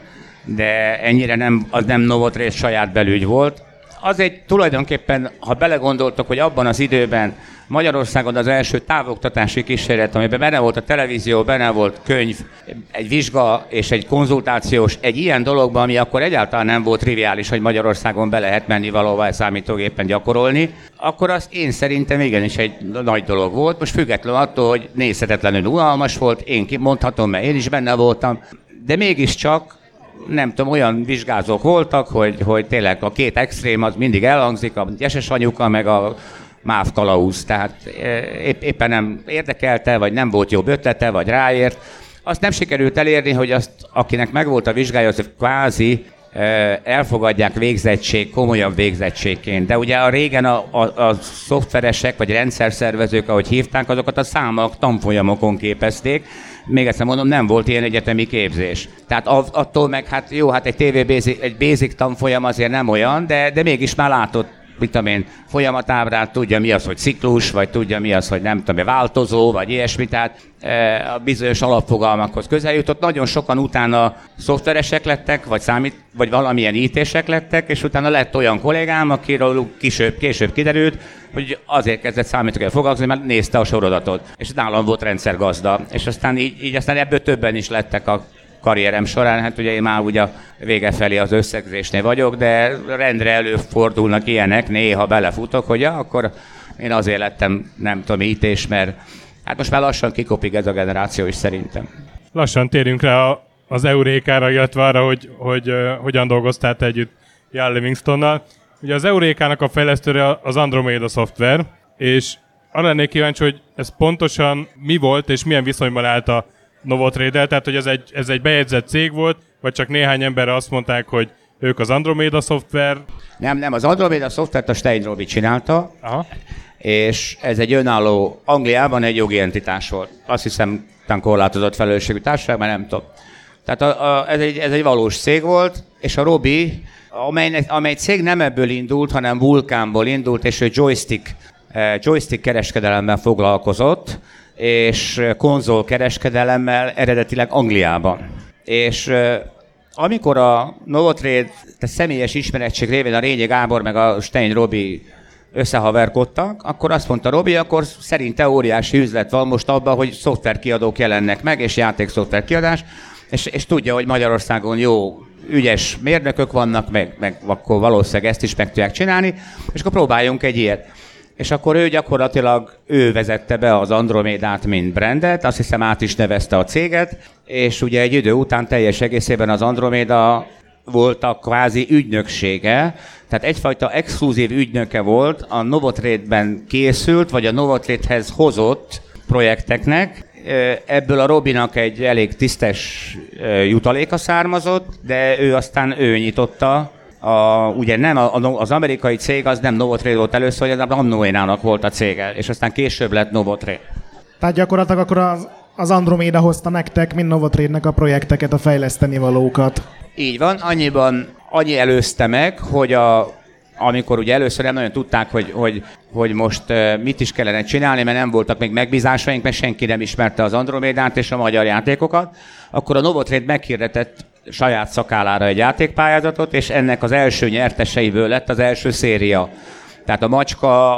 de ennyire az nem Novotrade saját belügy volt. Az egy tulajdonképpen, ha belegondoltok, hogy abban az időben Magyarországon az első távoktatási kísérlet, amiben benne volt a televízió, benne volt könyv, egy vizsga és egy konzultációs, egy ilyen dologban, ami akkor egyáltalán nem volt triviális, hogy Magyarországon be lehet menni valahova számítógépen gyakorolni, akkor azt én szerintem igenis egy nagy dolog volt. Most függetlenül attól, hogy nézhetetlenül unalmas volt, én kimondhatom, mert én is benne voltam, de mégiscsak nem tudom, olyan vizsgázók voltak, hogy tényleg a két extrém az mindig elhangzik, a Gyeses anyuka, meg a MÁV kalauz, tehát éppen nem érdekelte, vagy nem volt jobb ötlete, vagy ráért. Azt nem sikerült elérni, hogy azt, akinek megvolt a vizsgája, az kvázi elfogadják végzettség, komolyabb végzettségként. De ugye a régen a szoftveresek, vagy rendszerszervezők, ahogy hívták, azokat a számok tanfolyamokon képezték. Még egyszer mondom, nem volt ilyen egyetemi képzés. Tehát attól meg, hát jó, hát egy basic tanfolyam azért nem olyan, de mégis már látott, mit tudom én, folyamatábrát, tudja mi az, hogy ciklus, vagy tudja mi az, hogy nem tudom, változó, vagy ilyesmi, tehát a bizonyos alapfogalmakhoz közel jutott. Nagyon sokan utána szoftveresek lettek, vagy valamilyen IT-sek lettek, és utána lett olyan kollégám, akiről később kiderült, hogy azért kezdett számítógéppel foglalkozni, mert nézte a sorozatot, és nálam volt rendszergazda, és aztán így aztán ebből többen is lettek a karrierem során, hát ugye én már ugye a vége felé az összegzésnél vagyok, de rendre előfordulnak ilyenek, néha belefutok, hogy akkor én azért lettem, nem tudom, IT-s, mert hát most már lassan kikopik ez a generáció is szerintem. Lassan térjünk rá az Eurékára, illetve arra, hogy hogyan dolgoztál együtt Jan Livingstonnal. Ugye az Eurékának a fejlesztőre az Andromeda Software, és arra lennék kíváncsi, hogy ez pontosan mi volt, és milyen viszonyban állt a Novotrade-el, tehát hogy ez egy bejegyzett cég volt, vagy csak néhány emberre azt mondták, hogy ők az Andromeda Software? Nem, az Andromeda Software-t a Stein Robi csinálta, aha, és ez egy önálló, Angliában egy jogi entitás volt. Azt hiszem, talán korlátozott felelősségű társaság, mert nem tudom. Tehát ez egy valós cég volt, és a Robi, amely cég nem ebből indult, hanem Vulkánból indult, és ő joystick kereskedelemben foglalkozott, és konzolkereskedelemmel eredetileg Angliában. És amikor a Novotrade személyes ismerettség révén a Rényi Gábor meg a Stein Robi összehaverkodtak, akkor azt mondta Robi, akkor szerinte óriási üzlet van most abban, hogy szoftverkiadók jelennek meg, és játékszoftverkiadás, és tudja, hogy Magyarországon jó, ügyes mérnökök vannak, meg akkor valószínűleg ezt is meg tudják csinálni, és akkor próbáljunk egy ilyet. És akkor ő gyakorlatilag vezette be az Andromédát, mint brandet, azt hiszem át is nevezte a céget, és ugye egy idő után teljes egészében az Androméda volt kvázi ügynöksége, tehát egyfajta exkluzív ügynöke volt a Novotrade-ben készült, vagy a Novotrade-hez hozott projekteknek. Ebből a Robinak egy elég tisztes jutaléka származott, de ő nyitotta. Ugye nem az amerikai cég az nem Novotrade volt először, hanem Amnoénának volt a cége, és aztán később lett Novotrade. Tehát gyakorlatilag akkor az Andromeda hozta nektek, mint Novotrade-nek a projekteket, a fejleszteni valókat. Így van, annyi előzte meg, hogy amikor ugye először nem nagyon tudták, hogy most mit is kellene csinálni, mert nem voltak még megbízásaink, mert senki nem ismerte az Andromédát és a magyar játékokat, akkor a Novotrade meghirdetett saját szakállára egy játékpályázatot, és ennek az első nyerteseiből lett az első széria. Tehát a macska,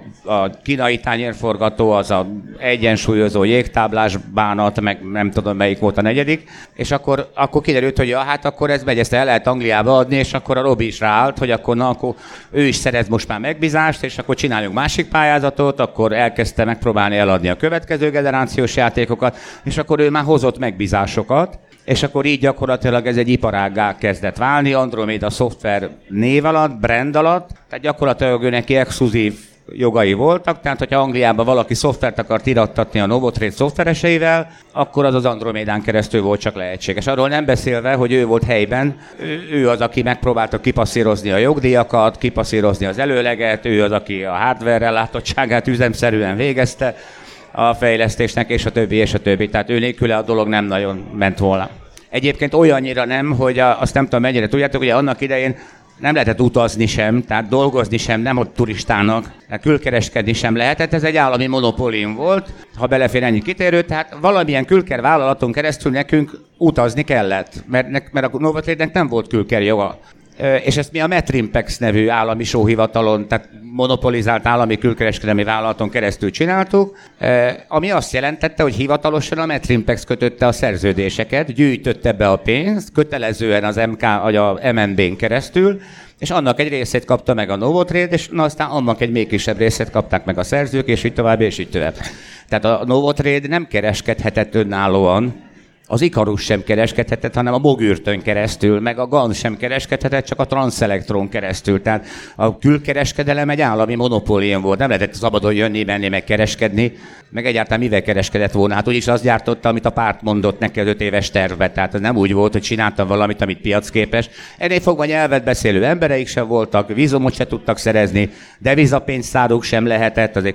a kínai tányérforgató, az a egyensúlyozó jégtáblás bánat, meg nem tudom melyik volt a negyedik, és akkor kiderült, hogy hát akkor ez megy, ezt el lehet Angliába adni, és akkor a Robi is ráállt, hogy akkor ő is szerez most már megbízást, és akkor csináljunk másik pályázatot, akkor elkezdte megpróbálni eladni a következő generációs játékokat, és akkor ő már hozott megbízásokat, és akkor így gyakorlatilag ez egy iparággá kezdett válni, Andromeda Software név alatt, brand alatt, tehát gyakorlatilag ő neki exkluzív jogai voltak, tehát hogyha Angliában valaki szoftvert akart irattatni a Novotrade szoftvereseivel, akkor az Andromédán keresztül volt csak lehetséges. Arról nem beszélve, hogy ő volt helyben, ő az, aki megpróbálta kipasszírozni a jogdíjakat, kipasszírozni az előleget, ő az, aki a hardware ellátottságát üzemszerűen végezte a fejlesztésnek, és a többi, és a többi. Tehát ő nélküle a dolog nem nagyon ment volna. Egyébként olyannyira nem, hogy azt nem tudom mennyire tudjátok, hogy annak idején nem lehetett utazni sem, tehát dolgozni sem, nem ott turistának, tehát külkereskedni sem lehetett, ez egy állami monopólium volt, ha belefér ennyi kitérő, tehát valamilyen külker vállalaton keresztül nekünk utazni kellett, mert a Novotrade-nek nem volt külker joga. És ezt mi a Metrimpex nevű állami sóhivatalon, tehát monopolizált állami külkereskedelmi vállalaton keresztül csináltuk, ami azt jelentette, hogy hivatalosan a Metrimpex kötötte a szerződéseket, gyűjtötte be a pénzt, kötelezően az MK, vagy a MNB-n keresztül, és annak egy részét kapta meg a Novotrade, és aztán annak egy még kisebb részét kapták meg a szerzők, és így tovább, és így tovább. Tehát a Novotrade nem kereskedhetett önállóan, az Icarus sem kereskedhetett, hanem a Mogürtön keresztül, meg a GAN sem kereskedhetett, csak a Transelectron keresztül. Tehát a külkereskedelem egy állami monopólium volt. Nem lehetett szabadon jönni, menni, meg kereskedni, meg egyáltalán mivel kereskedett volna. Hát úgyis azt gyártotta, amit a párt mondott neki az 5 éves tervbe. Tehát ez nem úgy volt, hogy csináltam valamit, amit piacképes. Ennél fogva nyelvet beszélő embereik sem voltak, vízumot se tudtak szerezni, devizapénztáruk sem lehetett, az egy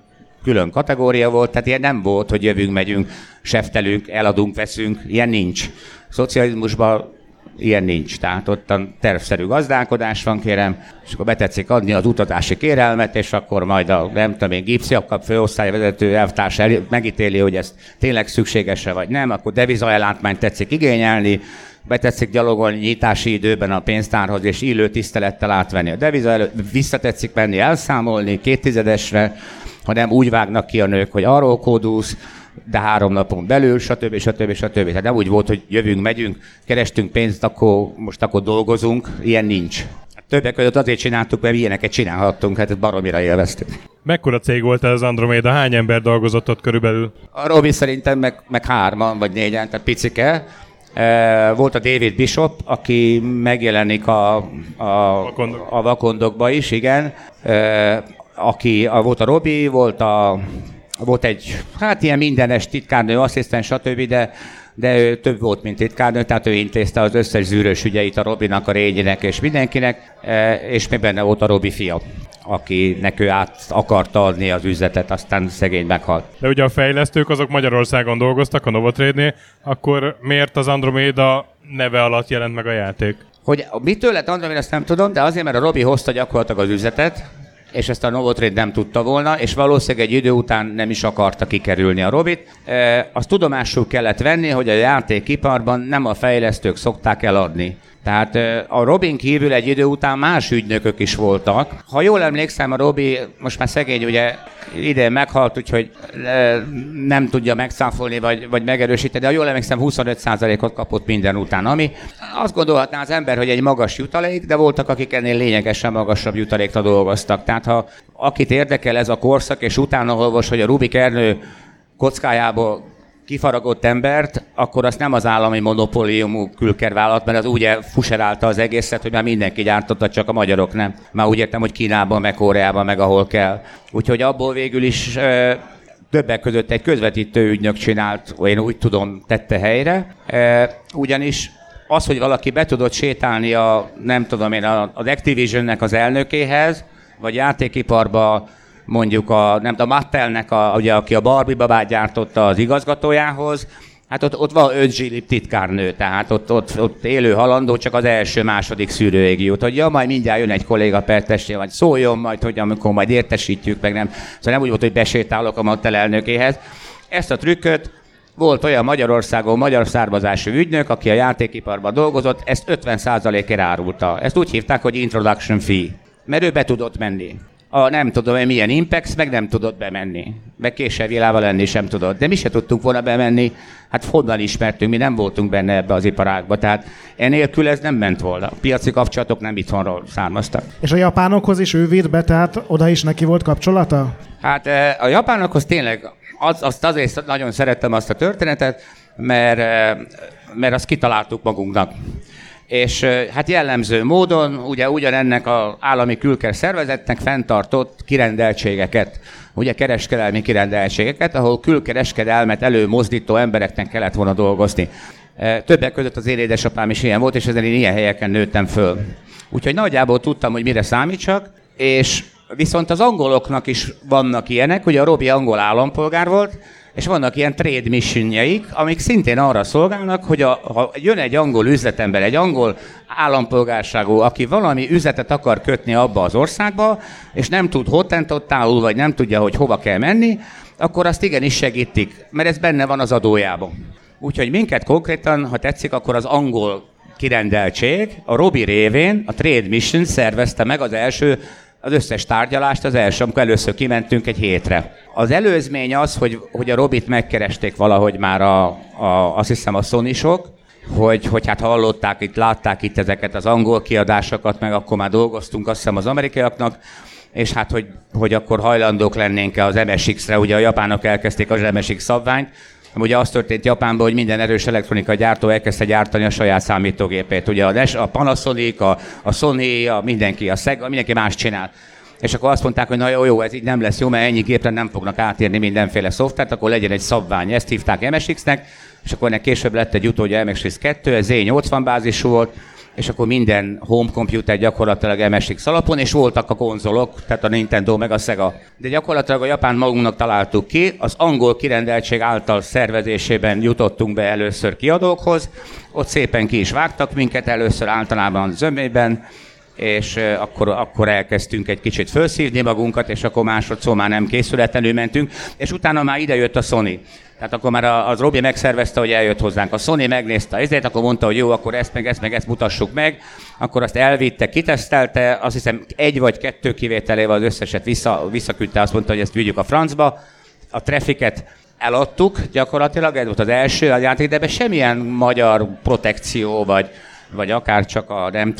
külön kategória volt, tehát ilyen nem volt, hogy jövünk, megyünk, seftelünk, eladunk, veszünk, ilyen nincs. Szocializmusban ilyen nincs, tehát ott a tervszerű gazdálkodás van, kérem, és akkor betetszik adni az utazási kérelmet, és akkor majd a, nem tudom én, gipsziakkap főosztályvezető elvtárs megítéli, hogy ez tényleg szükséges-e vagy nem, akkor devizaellátmányt tetszik igényelni, betetszik gyalogolni nyitási időben a pénztárhoz, és illő tisztelettel átvenni a deviza előtt, visszatetszik menni elszámolni 2/10-esre, ha nem úgy vágnak ki a nők, hogy arról kódulsz, de 3 napon belül, stb. Tehát nem úgy volt, hogy jövünk, megyünk, kerestünk pénzt, akkor dolgozunk, ilyen nincs. Többek között azért csináltuk, mert ilyeneket csinálhattunk, hát ezt baromira élveztük. Mekkora cég volt ez az Andromeda? Hány ember dolgozott ott körülbelül? A Robi szerintem meg 3 vagy 4, tehát picike. Volt a David Bishop, aki megjelenik a vakondokba is, igen. Volt a Robi, volt egy, hát ilyen mindenes titkárnő, asszisztens, stb., de ő több volt, mint titkárnő, tehát ő intézte az összes zűrös ügyeit a Robinak, a Rényinek és mindenkinek, és még benne volt a Robi fia, akinek ő át akarta adni az üzletet, aztán szegény meghalt. De ugye a fejlesztők azok Magyarországon dolgoztak, a Novotrade-nél, akkor miért az Andromeda neve alatt jelent meg a játék? Hogy mitől lett Andromeda, ezt nem tudom, de azért, mert a Robi hozta gyakorlatilag az üzletet, és ezt a Novotrade nem tudta volna, és valószínűleg egy idő után nem is akarta kikerülni a Robit. Azt tudomásul kellett venni, hogy a játékiparban nem a fejlesztők szokták eladni. Tehát a Robin kívül egy idő után más ügynökök is voltak. Ha jól emlékszem, a Robi most már szegény, ugye idén meghalt, úgyhogy nem tudja megszáfolni vagy megerősíteni, de ha jól emlékszem, 25%-ot kapott minden után, ami azt gondolhatná az ember, hogy egy magas jutalék, de voltak, akik ennél lényegesen magasabb jutalékra dolgoztak. Tehát ha akit érdekel ez a korszak, és utána olvas, hogy a Rubik Ernő kockájából kifaragott embert, akkor azt nem az állami monopóliumú külkervállalat, mert az ugye fuserálta az egészet, hogy már mindenki gyártotta, csak a magyarok nem. Már úgy értem, hogy Kínában, meg Koreában, meg ahol kell. Úgyhogy abból végül is többek között egy közvetítő ügynök csinált, én úgy tudom, tette helyre. Ugyanis az, hogy valaki be tudott sétálni nem tudom én, az Activisionnek az elnökéhez, vagy játékiparba mondjuk a Mattelnek, ugye, aki a Barbie babát gyártotta, az igazgatójához, hát ott van 5 zsilip titkárnő, tehát ott élő halandó, csak az első-második szűrőig jut, hogy majd mindjárt jön egy kolléga pertesé, vagy szóljon majd, hogy amikor majd értesítjük, meg nem. Szóval nem úgy volt, hogy besétálok a Mattel elnökéhez. Ezt a trükköt volt olyan Magyarországon magyar származású ügynök, aki a játékiparban dolgozott, ezt 50%-ért árulta. Ezt úgy hívták, hogy introduction fee, mert ő be tudott menni. Nem tudom, hogy milyen Impex, meg nem tudott bemenni. Meg Késelyvilával lenni sem tudott. De mi se tudtunk volna bemenni, hát honnan ismertünk, mi nem voltunk benne ebbe az iparágba. Tehát enélkül ez nem ment volna. A piaci kapcsolatok nem itthonról származtak. És a japánokhoz is ő vitt be, tehát oda is neki volt kapcsolata? Hát a japánokhoz tényleg, azért nagyon szerettem azt a történetet, mert azt kitaláltuk magunknak. És hát jellemző módon ugye ugyanennek az állami külker szervezetnek fenntartott kirendeltségeket, ugye kereskedelmi kirendeltségeket, ahol külkereskedelmet előmozdító embereknek kellett volna dolgozni. Többek között az én édesapám is ilyen volt, és ezen én ilyen helyeken nőttem föl. Úgyhogy nagyjából tudtam, hogy mire számítsak, és viszont az angoloknak is vannak ilyenek, ugye a Robi angol állampolgár volt, és vannak ilyen trade missionjeik, amik szintén arra szolgálnak, hogy ha jön egy angol üzletember, egy angol állampolgárságú, aki valami üzletet akar kötni abba az országba, és nem tud hottentottául, vagy nem tudja, hogy hova kell menni, akkor azt igenis segítik, mert ez benne van az adójában. Úgyhogy minket konkrétan, ha tetszik, akkor az angol kirendeltség, a Robi révén a Trade Mission szervezte meg az összes tárgyalást, amikor először kimentünk egy hétre. Az előzmény az, hogy a Robit megkeresték valahogy már azt hiszem a Sony-sok, hogy hát hallották látták itt ezeket az angol kiadásokat, meg akkor már dolgoztunk azt hiszem az amerikaiaknak, és hát hogy akkor hajlandók lennénk az MSX-re, ugye a japánok elkezdték az MSX szabványt, ugye az történt Japánban, hogy minden erős elektronikai gyártó elkezdte gyártani a saját számítógépét. Ugye a Panasonic, a Sony, mindenki, a Sega, mindenki más csinál. És akkor azt mondták, hogy na jó, ez így nem lesz jó, mert ennyi gépre nem fognak átírni mindenféle szoftvert, akkor legyen egy szabvány. Ezt hívták MSX-nek, és akkor ennek később lett egy utódja MSX2, ez Z80 bázisú volt, és akkor minden home computer gyakorlatilag MSX alapon, és voltak a konzolok, tehát a Nintendo meg a Sega. De gyakorlatilag a Japán magunknak találtuk ki, az angol kirendeltség által szervezésében jutottunk be először kiadókhoz, ott szépen ki is vágtak minket, először általában zömében, és akkor elkezdtünk egy kicsit felszívni magunkat, és akkor másodszor már nem készületlenül mentünk, és utána már idejött a Sony. Tehát akkor már az Robi megszervezte, hogy eljött hozzánk. A Sony megnézte ezért, akkor mondta, hogy jó, akkor ezt mutassuk meg. Akkor azt elvitte, kitesztelte, azt hiszem 1 vagy 2 kivételével az összeset visszaküldte, azt mondta, hogy ezt vigyük a francba. A Trafficet eladtuk gyakorlatilag, ez volt az első játék, de ebben semmilyen magyar protekció, vagy akár csak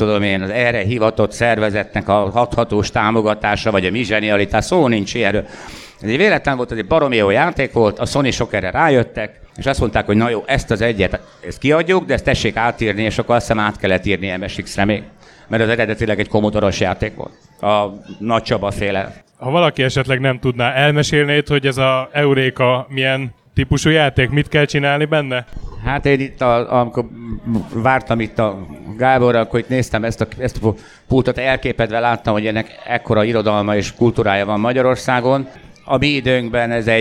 az erre hivatott szervezetnek a hathatós támogatása, vagy a mi zsenialitás, szó nincs ilyenről. Ez egy véletlen volt, ez egy baromi jó játék volt, a Sony-sok erre rájöttek, és azt mondták, hogy na jó, ezt az egyet, ezt kiadjuk, de ezt tessék átírni, és akkor azt hiszem át kellett írni MSX-re még, mert az eredetileg egy Commodore-os játék volt, a Nagy Csaba féle. Ha valaki esetleg nem tudná, elmesélnéd, hogy ez a Euréka milyen típusú játék, mit kell csinálni benne? Hát én itt, amikor vártam itt a Gáborra, akkor itt néztem ezt a pultot, elképedve láttam, hogy ennek ekkora irodalma és kultúrája van Magyarországon. A mi időnkben ez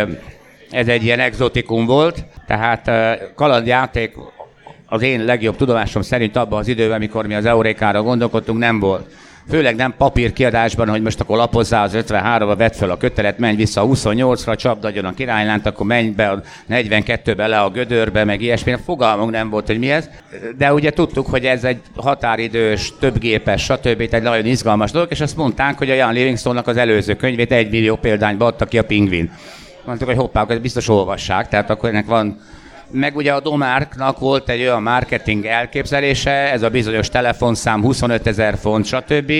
egy ilyen exotikum volt, tehát kalandjáték az én legjobb tudomásom szerint abban az időben, amikor mi az Eurékára gondolkodtunk, nem volt. Főleg nem papírkiadásban, hogy most akkor lapozzál az 53-ba, vedd fel a kötelet, menj vissza a 28-ra, csapd agyon a királylánt, akkor menj be a 42-be le a gödörbe, meg ilyesmi. Fogalmunk nem volt, hogy mi ez. De ugye tudtuk, hogy ez egy határidős, többgépes, stb. Egy nagyon izgalmas dolog, és azt mondták, hogy a Ian Livingstone-nak az előző könyvét 1 millió példányba adta ki a Pingvin. Mondtuk, hogy hoppá, ezt biztos olvassák, tehát akkor ennek van. Meg ugye a Domárknak volt egy olyan marketing elképzelése, ez a bizonyos telefonszám 25 000 font, stb.,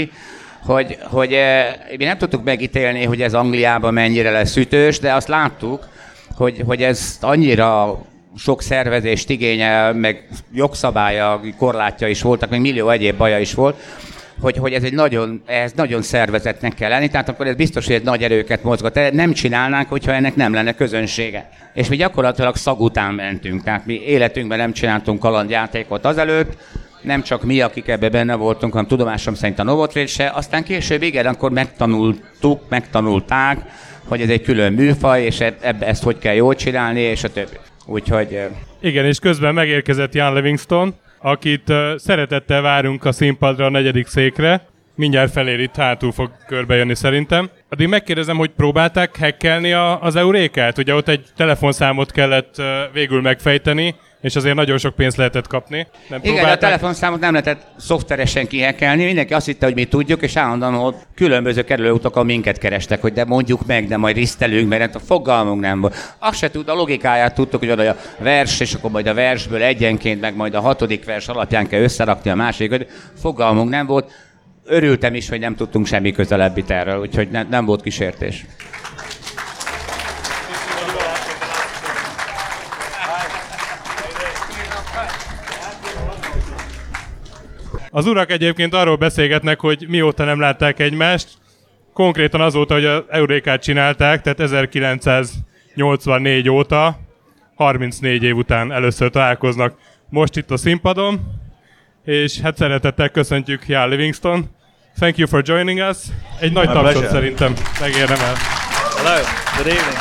hogy mi nem tudtuk megítélni, hogy ez Angliában mennyire lesz ütős, de azt láttuk, hogy ez annyira sok szervezést igényel, meg jogszabálya, korlátja is voltak, meg millió egyéb baja is volt, hogy ez nagyon szervezetnek kell lenni, tehát akkor ez biztos, hogy egy nagy erőket mozgat. Nem csinálnánk, hogyha ennek nem lenne közönsége. És mi gyakorlatilag szag után mentünk, tehát mi életünkben nem csináltunk kalandjátékot azelőtt, nem csak mi, akik ebbe benne voltunk, hanem tudomásom szerint a Novotrade se, aztán később igen, akkor megtanulták, hogy ez egy külön műfaj, és ezt hogy kell jól csinálni, és a többi. Úgyhogy... Igen, és közben megérkezett Jan Livingston, akit szeretettel várunk a színpadra a 4. székre. Mindjárt felér, itt hátul fog körbejönni szerintem. Addig megkérdezem, hogy próbálták hackelni az Eurékát? Ugye ott egy telefonszámot kellett végül megfejteni, és azért nagyon sok pénzt lehetett kapni. Igen, a telefonszámot nem lehetett szoftveresen kihackelni, mindenki azt hitte, hogy mi tudjuk, és állandóan ott különböző kerülőutakon minket kerestek, hogy de mondjuk meg, de majd risztelünk, mert a fogalmunk nem volt. Azt se tud, a logikáját tudtuk, hogy oda a vers, és akkor majd a versből egyenként, meg majd a 6. vers alapján kell összerakni a másikat. Fogalmunk nem volt. Örültem is, hogy nem tudtunk semmi közelebbit erről, úgyhogy nem volt kísértés. Az urak egyébként arról beszélgetnek, hogy mióta nem látták egymást. Konkrétan azóta, hogy az Eurékát csinálták, tehát 1984 óta, 34 év után először találkoznak most itt a színpadon. És hát szeretettel köszöntjük Jan Livingston. Thank you for joining us. Egy nagy tapsot szerintem megérdemel. Hello, good evening.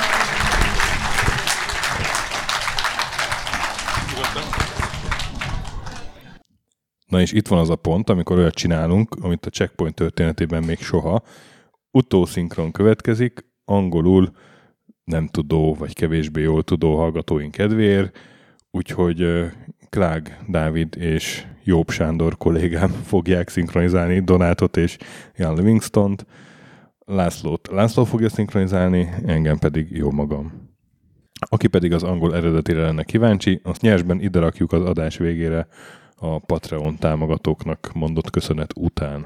Na és itt van az a pont, amikor olyat csinálunk, amit a Checkpoint történetében még soha. Utószinkron következik, angolul nem tudó, vagy kevésbé jól tudó hallgatóink kedvéért, úgyhogy Klág Dávid és Jobb Sándor kollégám fogják szinkronizálni Donátot és Jan Livingstont. László fogja szinkronizálni, engem pedig jó magam. Aki pedig az angol eredetére lenne kíváncsi, azt nyersben ide rakjuk az adás végére a Patreon támogatóknak mondott köszönet után.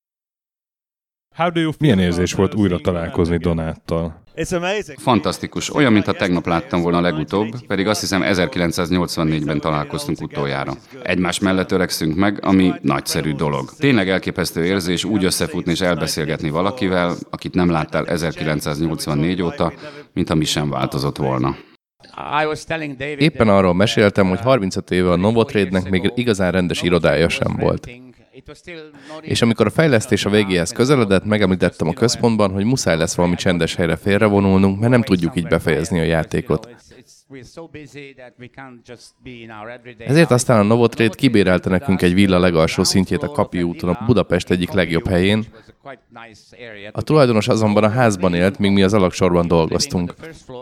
Milyen érzés volt újra találkozni Donáttal? Fantasztikus. Olyan, mintha tegnap láttam volna legutóbb, pedig azt hiszem 1984-ben találkoztunk utoljára. Egymás mellett öregszünk meg, ami nagyszerű dolog. Tényleg elképesztő érzés úgy összefutni és elbeszélgetni valakivel, akit nem láttál 1984 óta, mintha mi sem változott volna. Éppen arról meséltem, hogy 35 éve a Novotrade-nek még igazán rendes irodája sem volt. És amikor a fejlesztés a végéhez közeledett, megemlítettem a központban, hogy muszáj lesz valami csendes helyre félrevonulnunk, mert nem tudjuk így befejezni a játékot. Ezért aztán a Novotrade kibérelte nekünk egy villa legalsó szintjét a Kapi úton, a Budapest egyik legjobb helyén. A tulajdonos azonban a házban élt, míg mi az alagsorban dolgoztunk.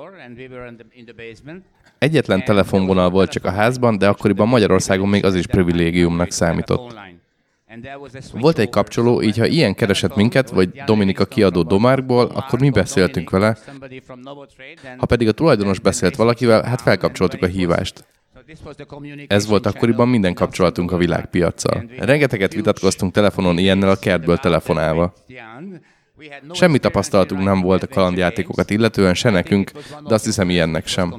Egyetlen telefonvonal volt csak a házban, de akkoriban Magyarországon még az is privilégiumnak számított. Volt egy kapcsoló, így ha ilyen keresett minket, vagy Dominika kiadó Domárkból, akkor mi beszéltünk vele. Ha pedig a tulajdonos beszélt valakivel, hát felkapcsoltuk a hívást. Ez volt akkoriban minden kapcsolatunk a világpiaccal. Rengeteget vitatkoztunk telefonon ilyennel a kertből telefonálva. Semmi tapasztalatunk nem volt a kalandjátékokat illetően, se nekünk, de azt hiszem ilyennek sem.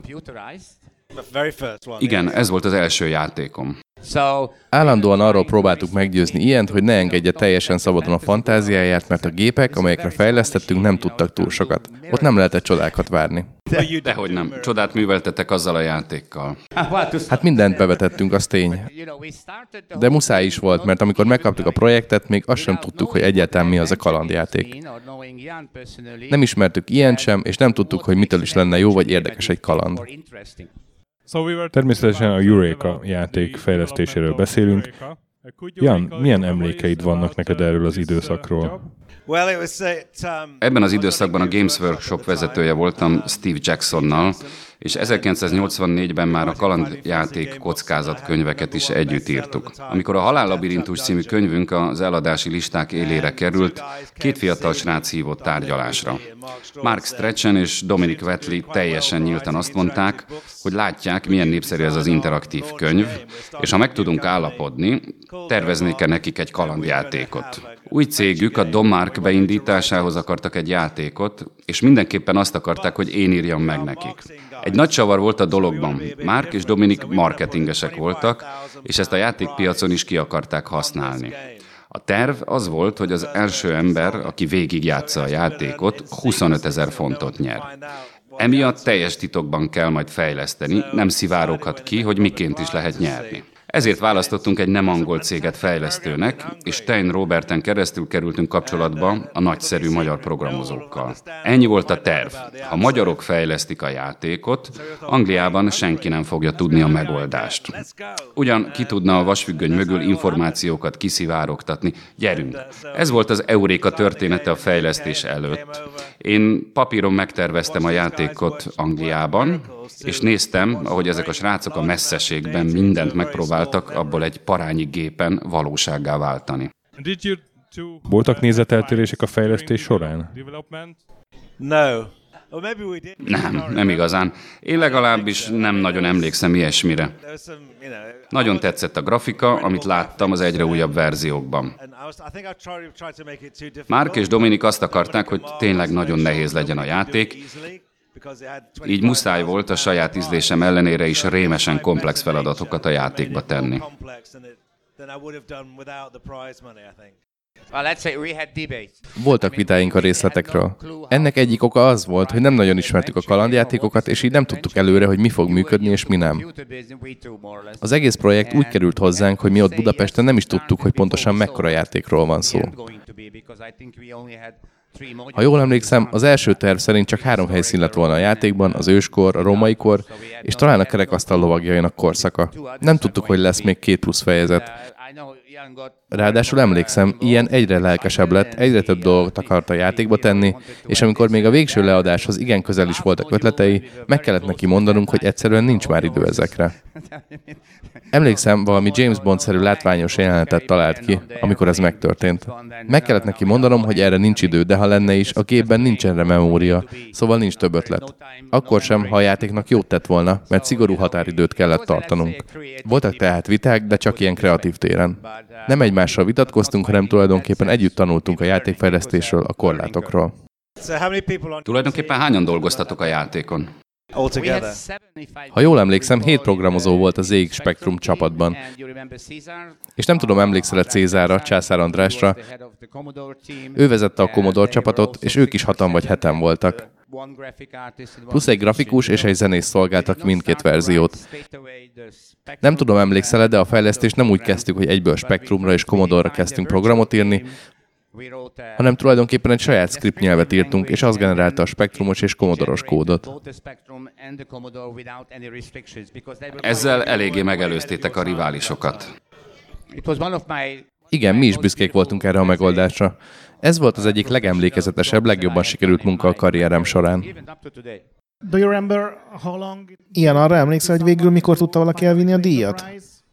Igen, ez volt az első játékom. Állandóan arról próbáltuk meggyőzni ilyent, hogy ne engedje teljesen szabadon a fantáziáját, mert a gépek, amelyekre fejlesztettünk, nem tudtak túl sokat. Ott nem lehetett csodákat várni. Dehogy nem. Csodát műveltetek azzal a játékkal. Hát mindent bevetettünk, az tény. De muszáj is volt, mert amikor megkaptuk a projektet, még azt sem tudtuk, hogy egyáltalán mi az a kalandjáték. Nem ismertük ilyent sem, és nem tudtuk, hogy mitől is lenne jó vagy érdekes egy kaland. Természetesen a Eureka játék fejlesztéséről beszélünk. Jan, milyen emlékeid vannak neked erről az időszakról? Ebben az időszakban a Games Workshop vezetője voltam Steve Jacksonnal, és 1984-ben már a kalandjáték kockázatkönyveket is együtt írtuk. Amikor a Halál-labirintus című könyvünk az eladási listák élére került, két fiatal srác hívott tárgyalásra. Mark Strachan és Dominic Wetley teljesen nyíltan azt mondták, hogy látják, milyen népszerű ez az interaktív könyv, és ha meg tudunk állapodni, terveznék-e nekik egy kalandjátékot. Új cégük, a Domar Domark beindításához akartak egy játékot, és mindenképpen azt akarták, hogy én írjam meg nekik. Egy nagy csavar volt a dologban. Mark és Dominik marketingesek voltak, és ezt a játékpiacon is ki akarták használni. A terv az volt, hogy az első ember, aki végigjátsza a játékot, 25 000 fontot nyer. Emiatt teljes titokban kell majd fejleszteni, nem szivároghat ki, hogy miként is lehet nyerni. Ezért választottunk egy nem angol céget fejlesztőnek, és Stein Roberten keresztül kerültünk kapcsolatba a nagyszerű magyar programozókkal. Ennyi volt a terv. Ha magyarok fejlesztik a játékot, Angliában senki nem fogja tudni a megoldást. Ugyan ki tudna a vasfüggöny mögül információkat kiszivárogtatni. Gyerünk! Ez volt az Euréka története a fejlesztés előtt. Én papíron megterveztem a játékot Angliában, és néztem, ahogy ezek a srácok a messzeségben mindent megpróbáltak abból egy parányi gépen valósággá váltani. Voltak nézeteltérések a fejlesztés során? Nem igazán. Én legalábbis nem nagyon emlékszem ilyesmire. Nagyon tetszett a grafika, amit láttam az egyre újabb verziókban. Mark és Dominik azt akarták, hogy tényleg nagyon nehéz legyen a játék, így muszáj volt a saját ízlésem ellenére is rémesen komplex feladatokat a játékba tenni. Voltak vitáink a részletekről. Ennek egyik oka az volt, hogy nem nagyon ismertük a kalandjátékokat, és így nem tudtuk előre, hogy mi fog működni és mi nem. Az egész projekt úgy került hozzánk, hogy mi ott Budapesten nem is tudtuk, hogy pontosan mekkora játékról van szó. Ha jól emlékszem, az első terv szerint csak 3 helyszín lett volna a játékban, az őskor, a római kor, és talán a kerekasztal lovagjainak korszaka. Nem tudtuk, hogy lesz még 2 plusz fejezet. Ráadásul emlékszem, ilyen egyre lelkesebb lett, egyre több dolgot akart a játékba tenni, és amikor még a végső leadáshoz igen közel is voltak ötletei, meg kellett neki mondanunk, hogy egyszerűen nincs már idő ezekre. Emlékszem, valami James Bond-szerű látványos jelenetet talált ki, amikor ez megtörtént. Meg kellett neki mondanom, hogy erre nincs idő, de ha lenne is, a gépben nincs erre memória, szóval nincs több ötlet. Akkor sem, ha a játéknak jót tett volna, mert szigorú határidőt kellett tartanunk. Voltak tehát viták, de csak ilyen kreatív téren. Nem egymással vitatkoztunk, hanem tulajdonképpen együtt tanultunk a játékfejlesztésről, a korlátokról. Tulajdonképpen hányan dolgoztatok a játékon? Ha jól emlékszem, 7 programozó volt az ZX Spectrum csapatban. És nem tudom, emlékszel-e Cézárra, Császár Andrásra? Ő vezette a Commodore csapatot, és ők is 6-an vagy 7-en voltak. Plusz egy grafikus és egy zenész szolgáltak mindkét verziót. Nem tudom, emlékszel-e, de a fejlesztést nem úgy kezdtük, hogy egyből Spectrumra és Commodore-ra kezdtünk programot írni, hanem tulajdonképpen egy saját script nyelvet írtunk, és az generálta a Spectrumos és Commodore-os kódot. Ezzel eléggé megelőztétek a riválisokat. Igen, mi is büszkék voltunk erre a megoldásra. Ez volt az egyik legemlékezetesebb, legjobban sikerült munka a karrierem során. Do you remember how long... Ilyen, arra emlékszel, hogy végül mikor tudta valaki elvinni a díjat?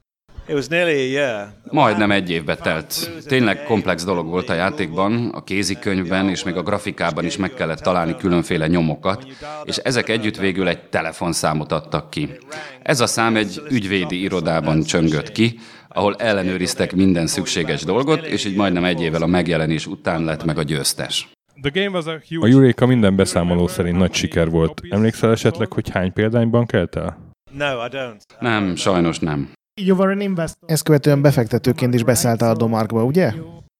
Majdnem 1 évbe telt. Tényleg komplex dolog volt a játékban, a kézikönyvben és még a grafikában is meg kellett találni különféle nyomokat, és ezek együtt végül egy telefonszámot adtak ki. Ez a szám egy ügyvédi irodában csöngött ki, ahol ellenőriztek minden szükséges dolgot, és így majdnem 1 évvel a megjelenés után lett meg a győztes. A Euréka minden beszámoló szerint nagy siker volt. Emlékszel esetleg, hogy hány példányban kelt el? Nem, sajnos nem. Ezt követően befektetőként is beszálltál a Domarkba, ugye?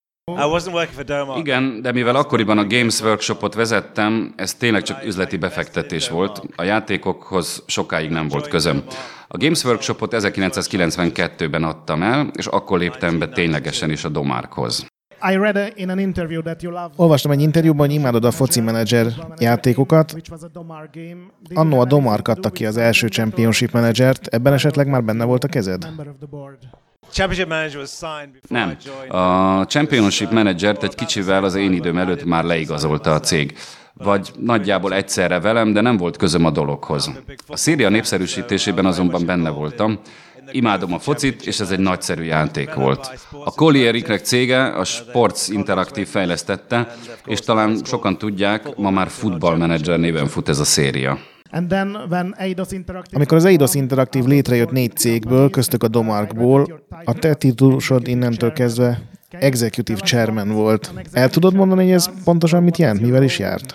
Igen, de mivel akkoriban a Games Workshopot vezettem, ez tényleg csak üzleti befektetés volt. A játékokhoz sokáig nem volt közöm. A Games Workshopot 1992-ben adtam el, és akkor léptem be ténylegesen is a Domarkhoz. Olvastam egy interjúban, hogy imádod a foci menedzser játékokat. Annó a Domark adta ki az első Championship Managert, ebben esetleg már benne volt a kezed? Nem. A Championship Managert egy kicsivel az én időm előtt már leigazolta a cég. Vagy nagyjából egyszerre velem, de nem volt közöm a dologhoz. A széria népszerűsítésében azonban benne voltam. Imádom a focit, és ez egy nagyszerű játék volt. A Collier ikrek cége a Sports Interactive fejlesztette, és talán sokan tudják, ma már Football Manager néven fut ez a széria. Amikor az Eidos Interactive létrejött 4 cégből, köztük a Domarkból, a te titulusod innentől kezdve executive chairman volt. El tudod mondani, hogy ez pontosan mit jelent? Mivel is járt?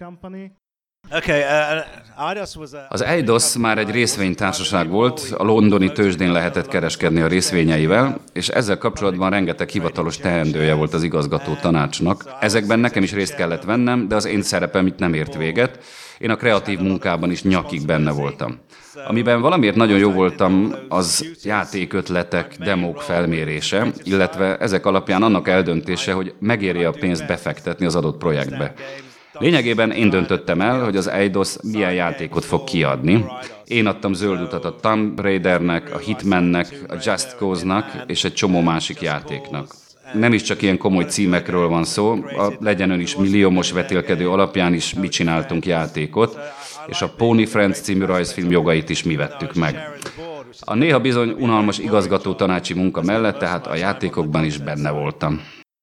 Az Eidos már egy részvénytársaság volt, a londoni tőzsdén lehetett kereskedni a részvényeivel, és ezzel kapcsolatban rengeteg hivatalos teendője volt az igazgató tanácsnak. Ezekben nekem is részt kellett vennem, de az én szerepem itt nem ért véget. Én a kreatív munkában is nyakig benne voltam. Amiben valamiért nagyon jó voltam, az játékötletek, demók felmérése, illetve ezek alapján annak eldöntése, hogy megéri a pénzt befektetni az adott projektbe. Lényegében én döntöttem el, hogy az Eidos milyen játékot fog kiadni. Én adtam zöld utat a Tomb Raidernek, a Hitmannek, a Just Cause-nak és egy csomó másik játéknak. Nem is csak ilyen komoly címekről van szó, a legyen ön is milliómos vetélkedő alapján is mi csináltunk játékot, és a Pony Friends című rajzfilm jogait is mi vettük meg. A néha bizony unalmas igazgató tanácsi munka mellett, tehát a játékokban is benne voltam.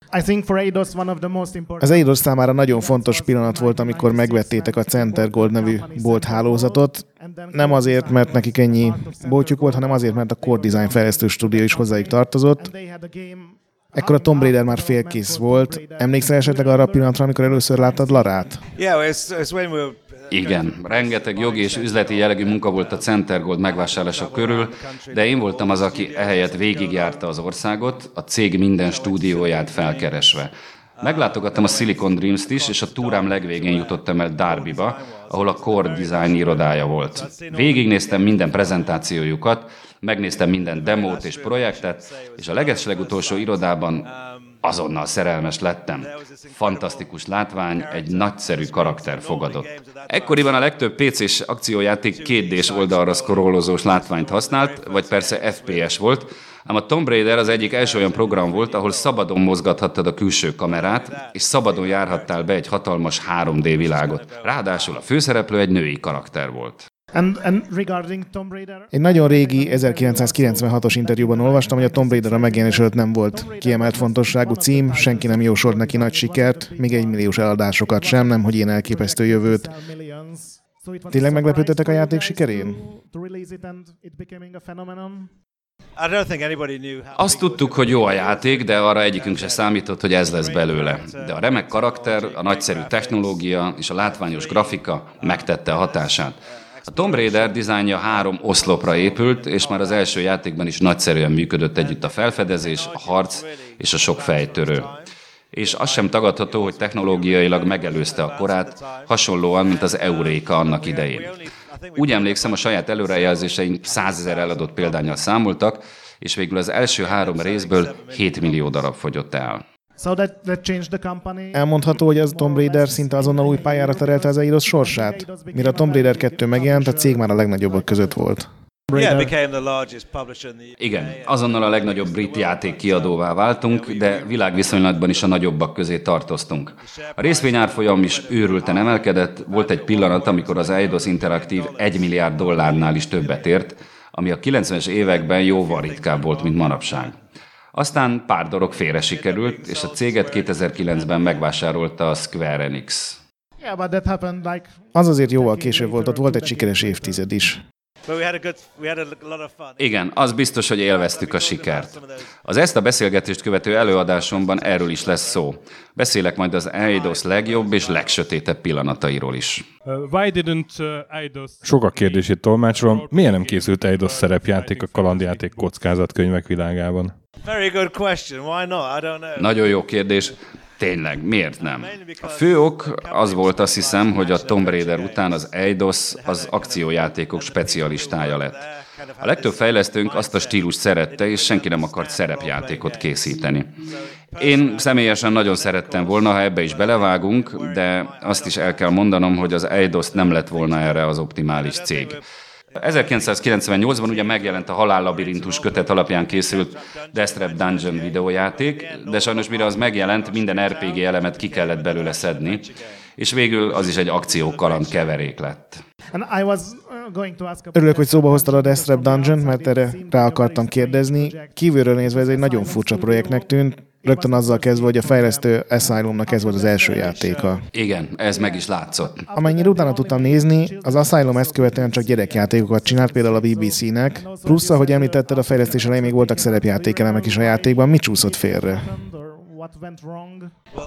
Az Eidos számára nagyon fontos pillanat volt, amikor megvettétek a Center Gold nevű bolthálózatot. Nem azért, mert nekik ennyi boltjuk volt, hanem azért, mert a Core Design fejlesztő stúdió is hozzájuk tartozott. Ekkor a Tomb Raider már félkész volt. Emlékszel esetleg arra a pillanatra, amikor először láttad Larát? Igen, rengeteg jogi és üzleti jellegű munka volt a Center Gold megvásárlása körül, de én voltam az, aki ehelyett végigjárta az országot, a cég minden stúdióját felkeresve. Meglátogattam a Silicon Dreams-t is, és a túrám legvégén jutottam el Derbyba, ahol a Core Design irodája volt. Végignéztem minden prezentációjukat, megnéztem minden demót és projektet, és a legeslegutolsó irodában azonnal szerelmes lettem. Fantasztikus látvány, egy nagyszerű karakter fogadott. Ekkoriban a legtöbb PC-s akciójáték 2D-s oldalra szkrollozós látványt használt, vagy persze FPS volt, ám a Tomb Raider az egyik első olyan program volt, ahol szabadon mozgathattad a külső kamerát, és szabadon járhattál be egy hatalmas 3D világot. Ráadásul a főszereplő egy női karakter volt. Egy nagyon régi 1996-os interjúban olvastam, hogy a Tomb Raider a megjelenés előtt nem volt kiemelt fontosságú cím, senki nem jósolt neki nagy sikert, még 1 milliós eladásokat sem, nem hogy ilyen elképesztő jövőt. Tényleg meglepődtetek a játék sikerén? Azt tudtuk, hogy jó a játék, de arra egyikünk se számított, hogy ez lesz belőle. De a remek karakter, a nagyszerű technológia és a látványos grafika megtette a hatását. A Tomb Raider dizájnja 3 oszlopra épült, és már az első játékban is nagyszerűen működött együtt a felfedezés, a harc és a sok fejtörő. És az sem tagadható, hogy technológiailag megelőzte a korát, hasonlóan, mint az Euréka annak idején. Úgy emlékszem, a saját előrejelzéseink 100 000 eladott példánnyal számoltak, és végül az első 3 részből 7 millió darab fogyott el. Elmondható, hogy az Tomb Raider szinte azonnal új pályára terelte az Eidos sorsát? Mire a Tomb Raider 2 megjelent, a cég már a legnagyobbak között volt. Igen, azonnal a legnagyobb brit játék kiadóvá váltunk, de világviszonylatban is a nagyobbak közé tartoztunk. A részvényárfolyam is őrülten emelkedett, volt egy pillanat, amikor az Eidos Interactive $1 milliárd is többet ért, ami a 90-es években jóval ritkább volt, mint manapság. Aztán pár dolog félre sikerült, és a céget 2009-ben megvásárolta a Square Enix. Az azért jóval később volt egy sikeres évtized is. Igen, az biztos, hogy élveztük a sikert. Az ezt a beszélgetést követő előadásomban erről is lesz szó. Beszélek majd az Eidos legjobb és legsötétebb pillanatairól is. Sokak kérdését tolmácsolom, miért nem készült Eidos szerepjáték a kalandjáték kockázatkönyvek világában? Nagyon jó kérdés. Tényleg, miért nem? A fő ok az volt, azt hiszem, hogy a Tomb Raider után az Eidos az akciójátékok specialistája lett. A legtöbb fejlesztőnk azt a stílust szerette, és senki nem akart szerepjátékot készíteni. Én személyesen nagyon szerettem volna, ha ebbe is belevágunk, de azt is el kell mondanom, hogy az Eidos nem lett volna erre az optimális cég. 1998-ban ugye megjelent a Halál-labirintus kötet alapján készült Death Trap Dungeon videójáték, de sajnos mire az megjelent, minden RPG elemet ki kellett belőle szedni, és végül az is egy akció-kaland keverék lett. Örülök, hogy szóba hoztad a Death Trap Dungeon, mert erre rá akartam kérdezni. Kívülről nézve ez egy nagyon furcsa projektnek tűnt, rögtön azzal kezdve, hogy a fejlesztő Asylumnak ez volt az első játéka. Igen, ez meg is látszott. Amennyire utána tudtam nézni, az Asylum ezt követően csak gyerekjátékokat csinált, például a BBC-nek. Plusz, ahogy említetted, a fejlesztés elején még voltak szerepjátékelemek is a játékban. Mi csúszott félre? what went wrong?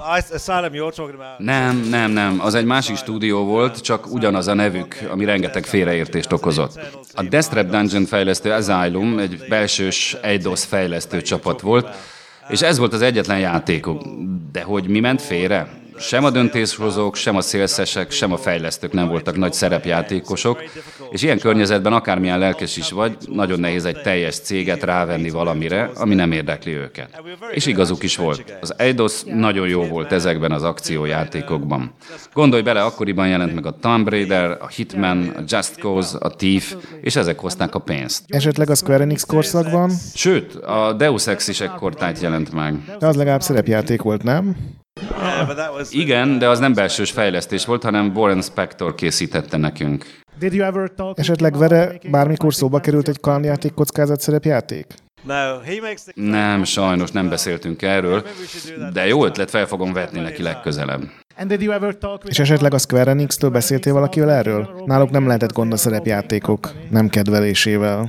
Nem. Az egy másik stúdió volt, csak ugyanaz a nevük, ami rengeteg félreértést okozott. A Death Trap Dungeon fejlesztő Asylum egy belsős Eidos fejlesztő csapat volt, és ez volt az egyetlen játékuk. De hogy mi ment félre? Sem a döntéshozók, sem a szélszesek, sem a fejlesztők nem voltak nagy szerepjátékosok, és ilyen környezetben akármilyen lelkes is vagy, nagyon nehéz egy teljes céget rávenni valamire, ami nem érdekli őket. És igazuk is volt. Az Eidos nagyon jó volt ezekben az akciójátékokban. Gondolj bele, akkoriban jelent meg a Tomb Raider, a Hitman, a Just Cause, a Thief, és ezek hozták a pénzt. Esetleg a Square Enix korszakban? Sőt, a Deus Ex is ekkor tájt jelent meg. De az legalább szerepjáték volt, nem? Igen, de az nem belsős fejlesztés volt, hanem Warren Spector készítette nekünk. Esetleg vele bármikor szóba került egy kalandjáték kockázat szerepjáték? Nem, sajnos nem beszéltünk erről, de jó ötlet, fel fogom vetni neki legközelebb. És esetleg a Square Enix-től beszéltél valakivel erről? Náluk nem lehetett gond a szerepjátékok nem kedvelésével.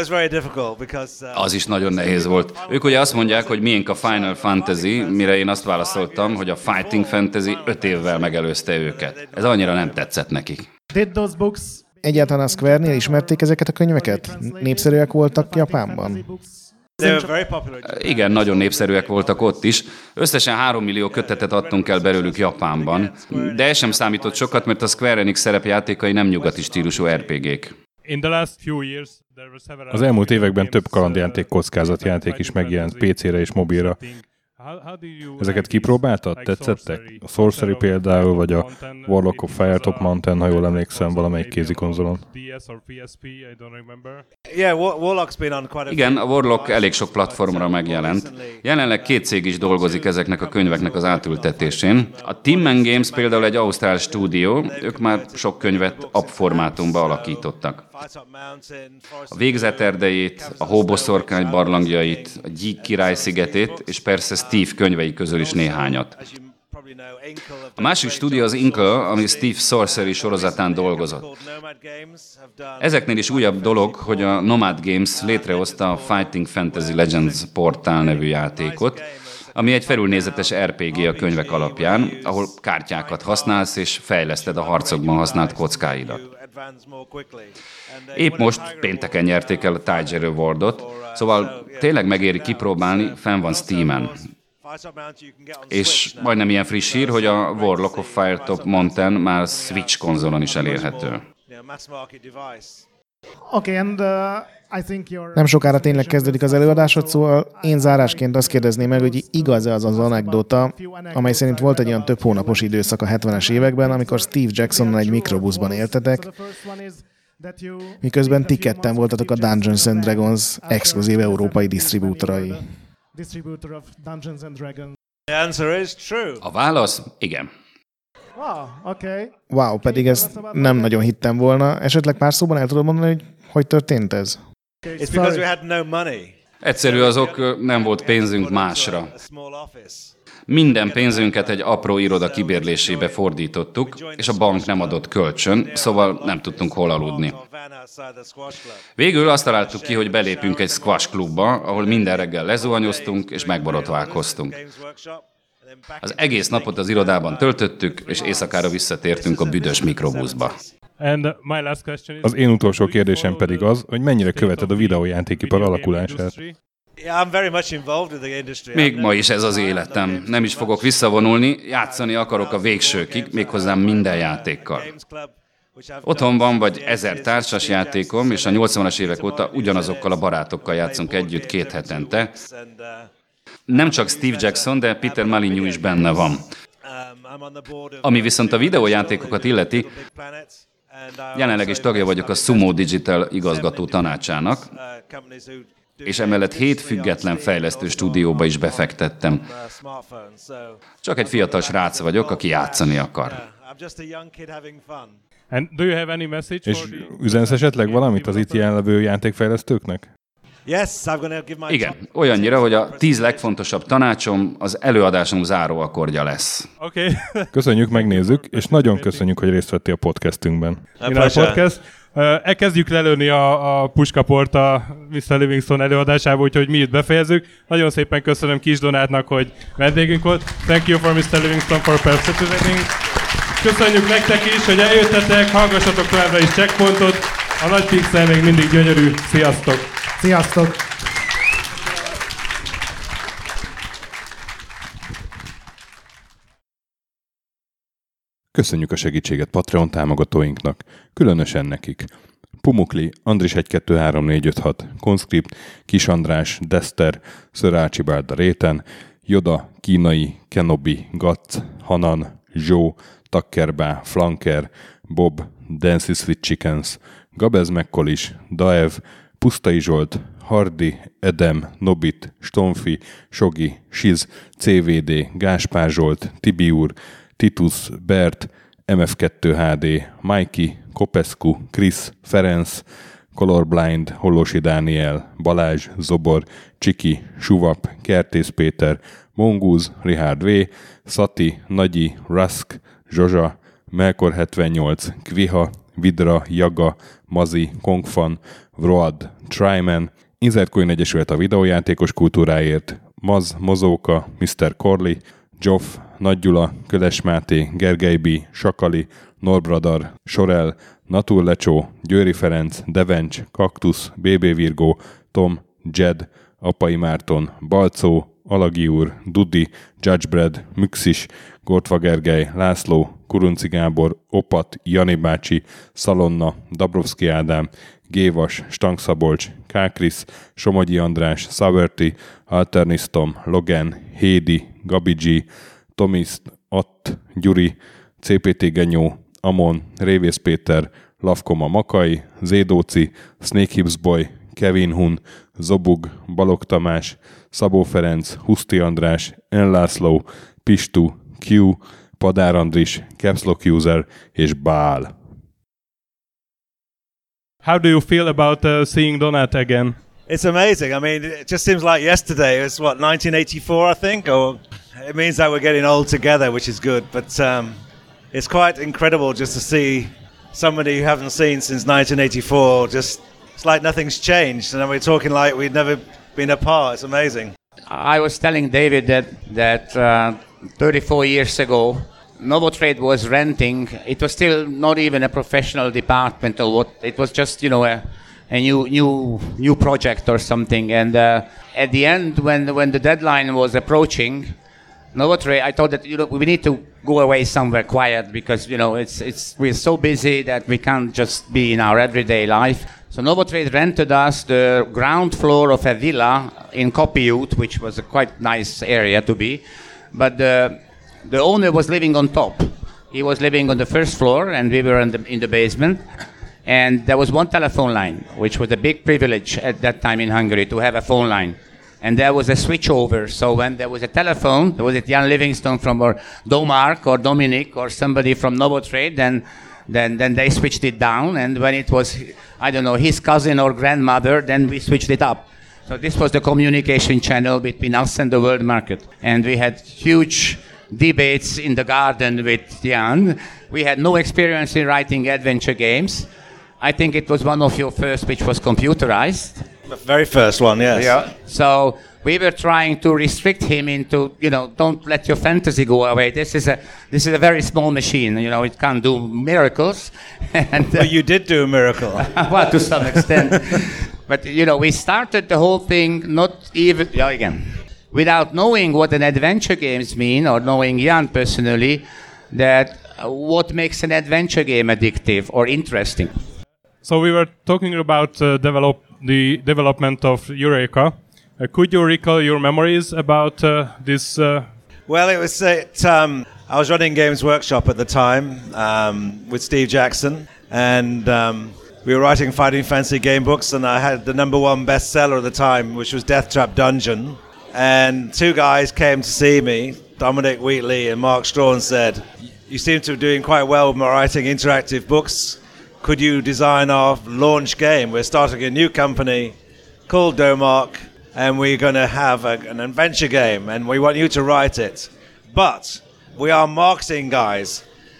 Az is nagyon nehéz volt. Ők ugye azt mondják, hogy miénk a Final Fantasy, mire én azt válaszoltam, hogy a Fighting Fantasy 5 évvel megelőzte őket. Ez annyira nem tetszett nekik. Egyáltalán a Square-nél ismerték ezeket a könyveket? Népszerűek voltak Japánban? Igen, nagyon népszerűek voltak ott is. Összesen 3 millió kötetet adtunk el belőlük Japánban. De ez sem számított sokat, mert a Square Enix szerepjátékai nem nyugati stílusú RPG-k. Az elmúlt években több kalandjáték kockázatjáték is megjelent PC-re és mobilra. Ezeket kipróbáltad? Tetszettek? A Sorcery például, vagy a Warlock of Firetop Mountain, ha jól emlékszem, valamelyik kézikonzolon. Igen, a Warlock elég sok platformra megjelent. Jelenleg 2 cég is dolgozik ezeknek a könyveknek az átültetésén. A Timman Games például egy ausztrál stúdió, ők már sok könyvet app formátumba alakítottak. A Végzet erdejét, a Hóboszorkány barlangjait, a Gyík király szigetét, és persze Steve könyvei közül is néhányat. A másik stúdió az Inkle, ami Steve Sorcery sorozatán dolgozott. Ezeknél is újabb dolog, hogy a Nomad Games létrehozta a Fighting Fantasy Legends portál nevű játékot, ami egy felülnézetes RPG a könyvek alapján, ahol kártyákat használsz és fejleszted a harcokban használt kockáidat. Épp most pénteken nyerték el a Tiger Awardot, szóval tényleg megéri kipróbálni, fenn van Steamen. És majdnem ilyen friss hír, hogy a Warlock of Firetop Mountain már Switch konzolon is elérhető. Nem sokára tényleg kezdődik az előadásod, szóval én zárásként azt kérdezném meg, hogy igaz-e az az anekdota, amely szerint volt egy olyan több hónapos időszak a 70-es években, amikor Steve Jacksonnal egy mikrobuszban éltetek, miközben ti ketten voltatok a Dungeons & Dragons exkluzív európai disztribútorai. A válasz igen. Wow, pedig ezt nem nagyon hittem volna. Esetleg pár szóban el tudod mondani, hogy történt ez? Egyszerű az ok, nem volt pénzünk másra. Minden pénzünket egy apró iroda kibérlésébe fordítottuk, és a bank nem adott kölcsön, szóval nem tudtunk hol aludni. Végül azt találtuk ki, hogy belépünk egy squash klubba, ahol minden reggel lezuhanyoztunk és megborotválkoztunk. Az egész napot az irodában töltöttük, és éjszakára visszatértünk a büdös mikrobuszba. Az én utolsó kérdésem pedig az, hogy mennyire követed a videójátékipar alakulását. Még ma is ez az életem. Nem is fogok visszavonulni, játszani akarok a végsőkig, méghozzá minden játékkal. Otthon van vagy 1000 társas játékom, és a 80-as évek óta ugyanazokkal a barátokkal játszunk együtt 2 hetente. Nem csak Steve Jackson, de Peter Molyneux is benne van. Ami viszont a videójátékokat illeti, jelenleg is tagja vagyok a Sumo Digital igazgató tanácsának, és emellett 7 független fejlesztő stúdióba is befektettem. Csak egy fiatal srác vagyok, aki játszani akar. És üzensz esetleg valamit az itt jelenlevő játékfejlesztőknek? Igen, olyannyira, hogy a 10 legfontosabb tanácsom az előadásom záró akkordja lesz. Köszönjük, megnézzük, és nagyon köszönjük, hogy részt vettél a podcastünkben. In our podcast, Elkezdjük lelőni a puskaport a Mr. Livingstone előadásába, úgyhogy mi itt befejezzük. Nagyon szépen köszönöm Kis Donátnak, hogy vendégünk volt. Thank you for Mr. Livingstone for participating. Köszönjük nektek is, hogy eljöttetek, hallgassatok továbbra is Checkpointot. A nagy pixel még mindig gyönyörű. Sziasztok! Sziasztok! Köszönjük a segítséget Patreon támogatóinknak, különösen nekik. Pumukli, Andris 1-2-3-4-5-6, Conscript, Kis András, Dester, Sir Archibald a Réten, Yoda, Kínai, Kenobi, Gatz, Hanan, Zsó, Takkerbá, Flanker, Bob, Dancy Sweet Chickens, Gabez Mekkolis, Daev, Pusztai Zsolt, Hardi, Edem, Nobit, Stonfi, Sogi, Siz, CVD, Gáspár Zsolt, Tibiur, Titus, Bert, MF2HD, Mikey, Kopescu, Krisz, Ferenc, Colorblind, Hollosi Dániel, Balázs, Zobor, Csiki, Suvap, Kertész Péter, Mongúz, Richard V, Szati, Nagyi, Rusk, Zsozsa, Melkor 78, Kviha, Vidra, Jaga, Mazi, Kongfan, Vroad, Tryman, Inzertcoin Egyesület a videójátékos kultúráért, Maz, Mozóka, Mr. Corley, Joff, Nagy Gyula, Köles Máté, Gergely B., Sakali, Norbradar, Sorel, Naturlecsó, Győri Ferenc, Devencs, Kaktusz, BB Virgó, Tom, Jed, Apai Márton, Balcó, Alagi úr, Dudi, Judgebred, Müxis, Gortva Gergely, László, Kurunci Gábor, Opat, Jani bácsi, Szalonna, Dabrowski Ádám, Gévas, Stangszabolcs, Kákris, Somogyi András, Szaverti, Alternisztom, Logan, Hédi, Gabi G, Tomiszt, Att, Gyuri, CPT Genyó, Amon, Révész Péter, Lavkoma Makai, Zédóci, Snake Hips Boy, Kevin Hun, Zobug, Balog Tamás, Szabó Ferenc, Huszti András, Enlászló, Pistu, Q, Padár Andris, Capslock User és Bál. How do you feel about seeing Donat again? It's amazing. I mean, it just seems like yesterday. It was, 1984, I think? Or it means that we're getting old together, which is good. But it's quite incredible just to see somebody you haven't seen since 1984. Just, it's like nothing's changed. And we're talking like we'd never been apart. It's amazing. I was telling David that 34 years ago, Novotrade was renting. It was still not even a professional department or what. It was just, a new project or something. And at the end, when the deadline was approaching, Novotrade, I thought that we need to go away somewhere quiet because we're so busy that we can't just be in our everyday life. So Novotrade rented us the ground floor of a villa in Kopiút, which was a quite nice area to be, but the owner was living on top. He was living on the first floor, and we were in the basement. And there was one telephone line, which was a big privilege at that time in Hungary to have a phone line. And there was a switchover. So when there was a telephone, there was it Jan Livingstone from or Domark or Dominic or somebody from Novotrade, then they switched it down. And when it was, I don't know, his cousin or grandmother, then we switched it up. So this was the communication channel between us and the world market. And we had huge debates in the garden with Jan. We had no experience in writing adventure games. I think it was one of your first which was computerized. The very first one, yes. Yeah. So we were trying to restrict him into, don't let your fantasy go away. This is a very small machine. It can't do miracles. And But you did do a miracle. well, to some extent. But we started the whole thing without knowing what an adventure games mean, or knowing Jan personally, that what makes an adventure game addictive or interesting. So we were talking about the development of Eureka. Could you recall your memories about this? Well, it was I was running Games Workshop at the time with Steve Jackson, and we were writing Fighting Fantasy game books, and I had the #1 bestseller at the time, which was Death Trap Dungeon. And two guys came to see me, Dominic Wheatley and Mark Straw, and said, "You seem to be doing quite well with writing interactive books. Could you design our launch game? We're starting a new company called Domark, and we're going to have an adventure game, and we want you to write it. But we are marketing guys,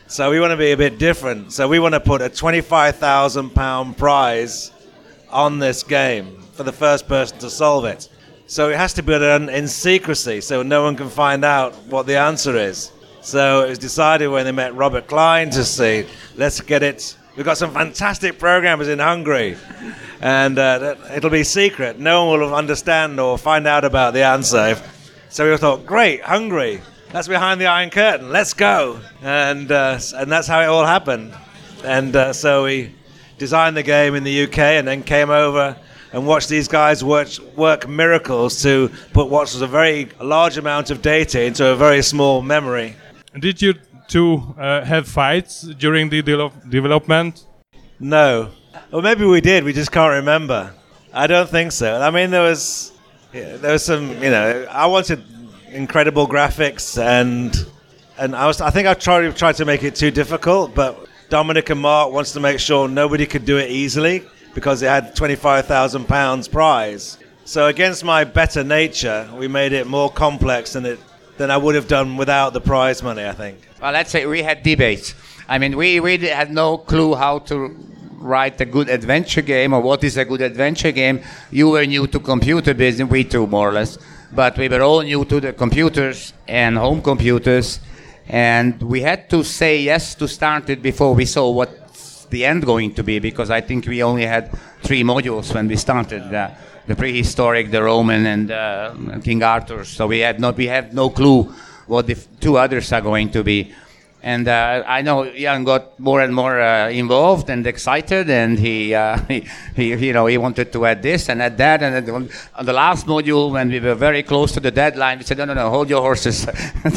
So we want to be a bit different. So we want to put a £25,000 prize on this game for the first person to solve it. So it has to be done in secrecy, so no one can find out what the answer is. So it was decided when they met Robert Klein to say, let's get it. We've got some fantastic programmers in Hungary, and it'll be secret. No one will understand or find out about the answer. So we thought, great, Hungary, that's behind the Iron Curtain, let's go. And that's how it all happened. And so we designed the game in the UK and then came over and watched these guys work miracles to put what was a very large amount of data into a very small memory. Did you two have fights during the development? No. Or maybe we did, we just can't remember. I don't think so. I mean, there was some, I wanted incredible graphics and I think I tried to make it too difficult, but Dominic and Mark wants to make sure nobody could do it easily because it had £25,000 prize. So against my better nature, we made it more complex than I would have done without the prize money, I think. Well, let's say we had debates. I mean, we had no clue how to write a good adventure game or what is a good adventure game. You were new to computer business, we too, more or less. But we were all new to the computers and home computers. And we had to say yes to start it before we saw what's the end going to be, because I think we only had 3 modules when we started. The prehistoric, the Roman, and King Arthur. So we have no clue what the 2 others are going to be. And I know Jan got more and more involved and excited, and he wanted to add this and add that. And on the last module, when we were very close to the deadline, we said, no, hold your horses.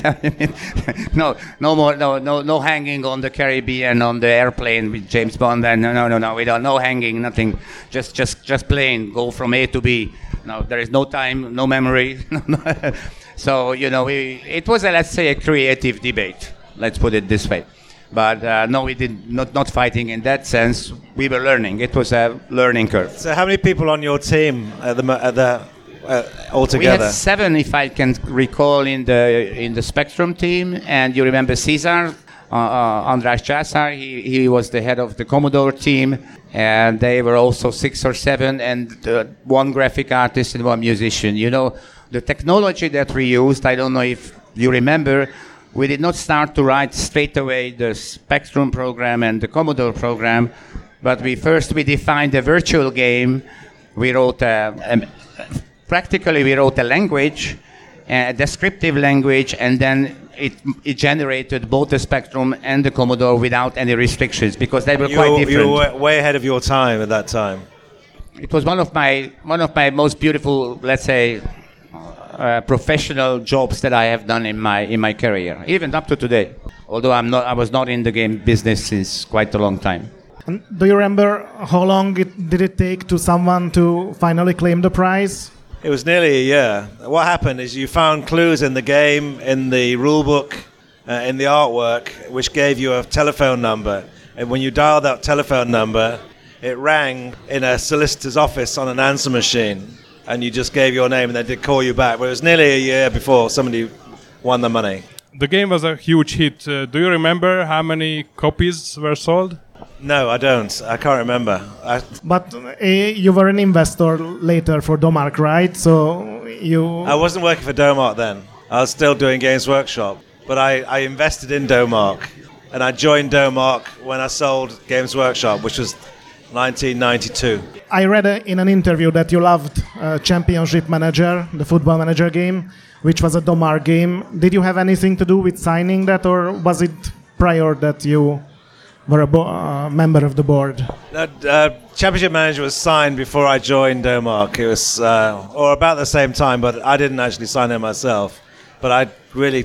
no hanging on the Caribbean on the airplane with James Bond. And no, we don't, no hanging, nothing. Just plain, go from A to B. No, there is no time, no memory. So it was let's say a creative debate. Let's put it this way. But no, we did not fighting in that sense. We were learning. It was a learning curve. So how many people on your team altogether? We had 7, if I can recall, in the Spectrum team. And you remember Cesar, András Császár, he was the head of the Commodore team. And they were also 6 or 7, and 1 graphic artist and 1 musician. The technology that we used, I don't know if you remember, we did not start to write straight away the Spectrum program and the Commodore program, but we defined a virtual game. We wrote practically we wrote a language, a descriptive language, and then it generated both the Spectrum and the Commodore without any restrictions, because they were quite different. You were way ahead of your time at that time. It was one of my most beautiful, let's say, professional jobs that I have done in my career, even up to today. Although I was not in the game business since quite a long time. And do you remember how long did it take to someone to finally claim the prize? It was nearly a year. What happened is you found clues in the game, in the rule book, in the artwork, which gave you a telephone number. And when you dialed that telephone number, it rang in a solicitor's office on an answer machine. And you just gave your name and they did call you back. But it was nearly a year before somebody won the money. The game was a huge hit. Do you remember how many copies were sold? No, I don't. I can't remember. But you were an investor later for Domark, right? So I wasn't working for Domark then. I was still doing Games Workshop. But I invested in Domark. And I joined Domark when I sold Games Workshop, which was 1992. I read in an interview that you loved Championship Manager, the football manager game, which was a Domark game. Did you have anything to do with signing that, or was it prior that you were a member of the board? Championship Manager was signed before I joined Domark. It was, or about the same time, but I didn't actually sign it myself. But I really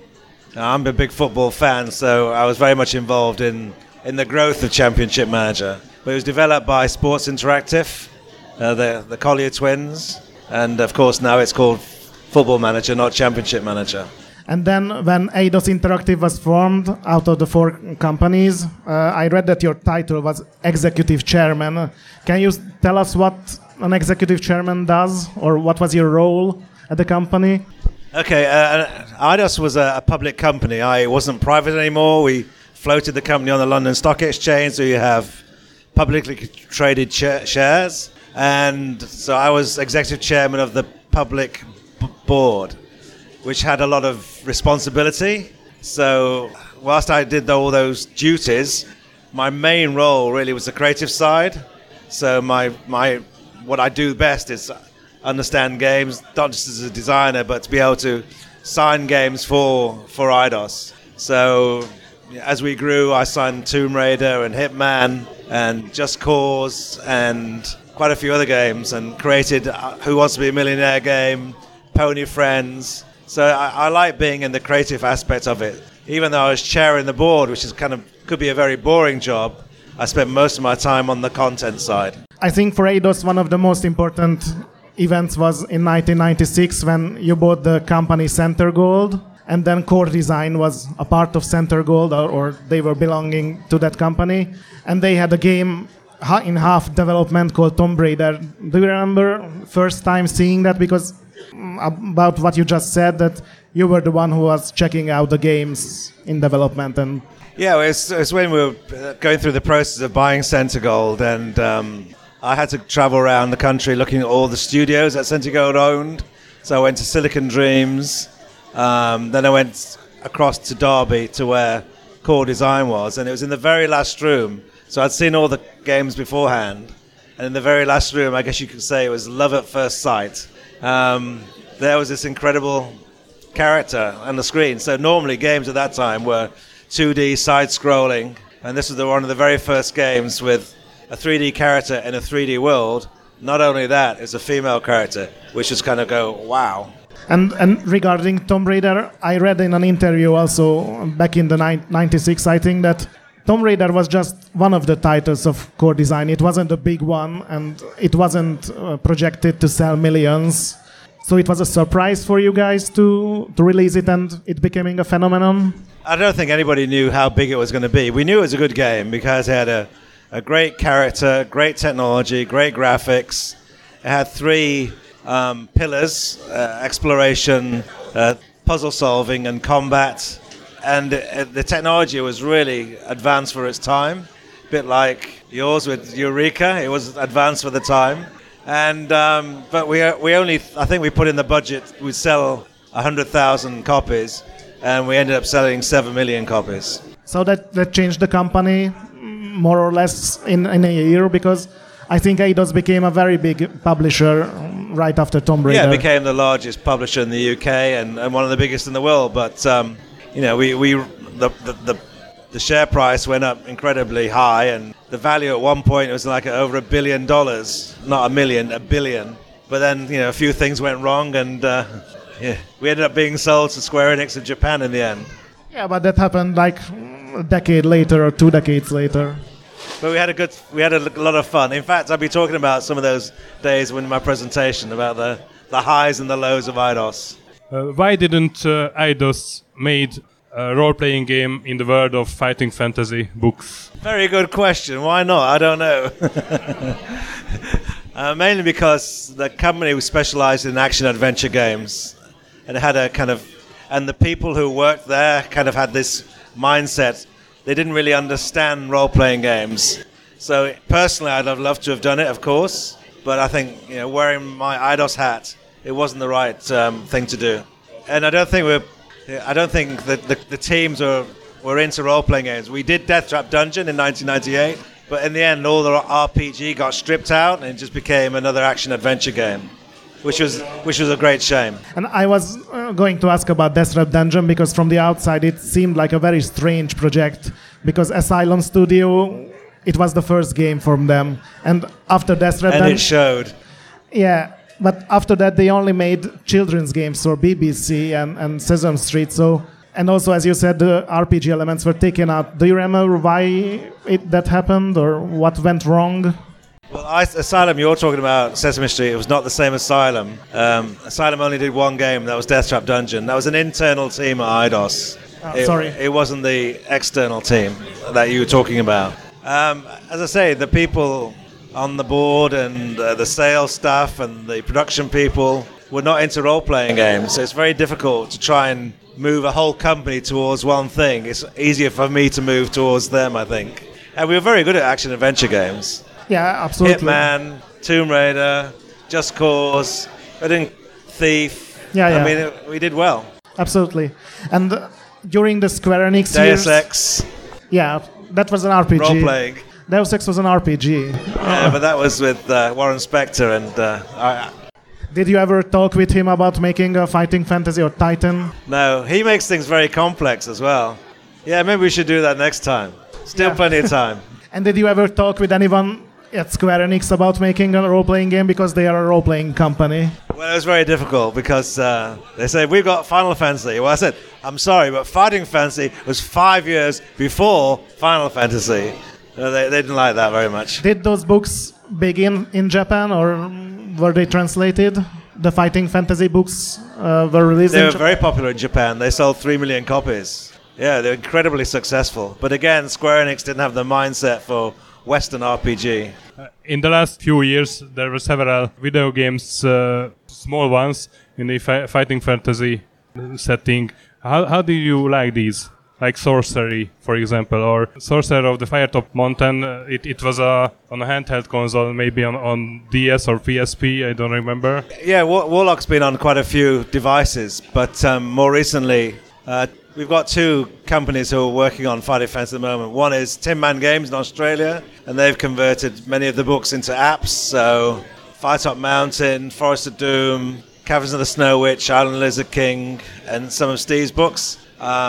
I'm a big football fan, so I was very much involved in the growth of Championship Manager. But it was developed by Sports Interactive, the Collier twins, and of course now it's called Football Manager, not Championship Manager. And then when Eidos Interactive was formed out of the 4 companies, I read that your title was Executive Chairman. Can you tell us what an Executive Chairman does, or what was your role at the company? Okay, Eidos was a public company. I wasn't private anymore. We floated the company on the London Stock Exchange, so you have publicly traded shares. And so I was executive chairman of the public board, which had a lot of responsibility. So whilst I did all those duties, my main role really was the creative side. So what I do best is understand games, not just as a designer, but to be able to sign games for Eidos. So as we grew, I signed Tomb Raider and Hitman and Just Cause and quite a few other games, and created Who Wants to Be a Millionaire game, Pony Friends. So I like being in the creative aspect of it. Even though I was chairing the board, which is could be a very boring job, I spent most of my time on the content side. I think for Eidos, one of the most important events was in 1996 when you bought the company Center Gold, and then Core Design was a part of Center Gold, or they were belonging to that company, and they had a game in half development called Tomb Raider. Do you remember first time seeing that? Because about what you just said, that you were the one who was checking out the games in development. And yeah, it's when we were going through the process of buying Center Gold, and I had to travel around the country looking at all the studios that Center Gold owned. So I went to Silicon Dreams, then I went across to Derby to where Core Design was, and it was in the very last room. So I'd seen all the games beforehand, and in the very last room, I guess you could say it was love at first sight. There was this incredible character on the screen. So normally games at that time were 2D side-scrolling, and this was one of the very first games with a 3D character in a 3D world. Not only that, it's a female character, which just kind of go, wow. And regarding Tomb Raider, I read in an interview also back in the 96, I think, that Tomb Raider was just one of the titles of Core Design. It wasn't a big one, and it wasn't projected to sell millions. So it was a surprise for you guys to release it, and it becoming a phenomenon? I don't think anybody knew how big it was going to be. We knew it was a good game because it had a great character, great technology, great graphics. It had three pillars, exploration, puzzle solving, and combat. And the technology was really advanced for its time, a bit like yours with Eureka. It was advanced for the time. And but we only, I think we put in the budget, we'd sell 100,000 copies, and we ended up selling 7 million copies. So that changed the company more or less in a year, because I think Eidos became a very big publisher right after Tomb Raider. Yeah, it became the largest publisher in the UK and one of the biggest in the world. But you know, the share price went up incredibly high, and the value at one point was like over $1 billion, not a million, $1 billion. But then, you know, a few things went wrong, and we ended up being sold to Square Enix in Japan in the end. Yeah, but that happened like a decade later or 2 decades later. But we had a lot of fun. In fact, I'll be talking about some of those days in my presentation about the highs and the lows of Eidos. Why didn't Eidos made a role-playing game in the world of fighting fantasy books? Very good question. Why not? I don't know. Mainly because the company was specialized in action-adventure games, and it had and the people who worked there kind of had this mindset. They didn't really understand role-playing games. So personally, I'd have loved to have done it, of course, but I think, you know, wearing my Eidos hat, it wasn't the right thing to do. And I don't think that the teams were into role-playing games. We did Death Trap Dungeon in 1998, but in the end, all the RPG got stripped out, and it just became another action-adventure game, which was a great shame. And I was going to ask about Death Trap Dungeon, because from the outside it seemed like a very strange project, because Asylum Studio, it was the first game from them, and after Death Trap Dungeon... And it showed. Yeah, but after that they only made children's games for BBC and Sesame Street, so... And also, as you said, the RPG elements were taken out. Do you remember why that happened, or what went wrong? Well, Asylum, you're talking about Sesame Street. It was not the same Asylum. Asylum only did one game. That was Death Trap Dungeon. That was an internal team at Eidos. Sorry. It wasn't the external team that you were talking about. As I say, the people on the board and the sales staff and the production people, were not into role-playing games. So it's very difficult to try and move a whole company towards one thing. It's easier for me to move towards them, I think. And we were very good at action-adventure games. Yeah, absolutely. Hitman, Tomb Raider, Just Cause, Thief. Yeah. I mean, we did well. Absolutely. And during the Square Enix Deus years... Ex. Yeah, that was an RPG. Role-playing. Deus Ex was an RPG. Yeah, but that was with Warren Spector and... Did you ever talk with him about making a fighting fantasy or Titan? No, he makes things very complex as well. Yeah, maybe we should do that next time. Still plenty of time. And did you ever talk with anyone at Square Enix about making a role-playing game, because they are a role-playing company? Well, it was very difficult because they said, we've got Final Fantasy. Well, I said, I'm sorry, but Fighting Fantasy was 5 years before Final Fantasy. They didn't like that very much. Did those books begin in Japan, or were they translated? The Fighting Fantasy books were released They were very popular in Japan. They sold 3 million copies. Yeah, they were incredibly successful. But again, Square Enix didn't have the mindset for Western RPG. In the last few years, there were several video games, small ones, in the fighting fantasy setting. How do you like these? Like Sorcery, for example, or Sorcerer of the Firetop Mountain. It was on a handheld console, maybe on DS or PSP, I don't remember. Yeah, Warlock's been on quite a few devices, but more recently, we've got 2 companies who are working on Fighting Fantasy at the moment. One is Tin Man Games in Australia, and they've converted many of the books into apps. So Firetop Mountain, Forest of Doom, Caverns of the Snow Witch, Island Lizard King, and some of Steve's books.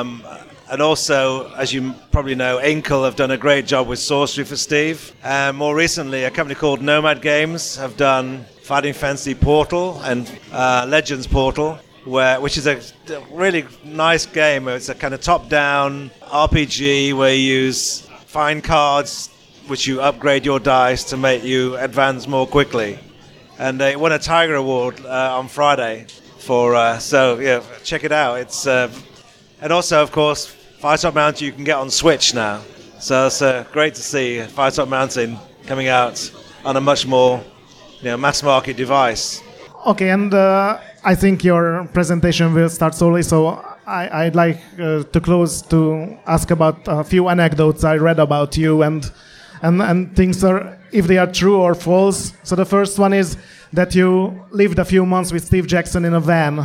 And also, as you probably know, Inkle have done a great job with Sorcery for Steve. More recently, a company called Nomad Games have done Fighting Fantasy Portal and Legends Portal, which is a really nice game. It's a kind of top-down RPG where you use fine cards, which you upgrade your dice to make you advance more quickly. And they won a Tiger Award on Friday so yeah, check it out. It's and also, of course, Firetop Mountain you can get on Switch now. So it's great to see Firetop Mountain coming out on a much more mass market device. Okay, and I think your presentation will start slowly, so I'd like to close to ask about a few anecdotes I read about you and things if they are true or false. So the first one is that you lived a few months with Steve Jackson in a van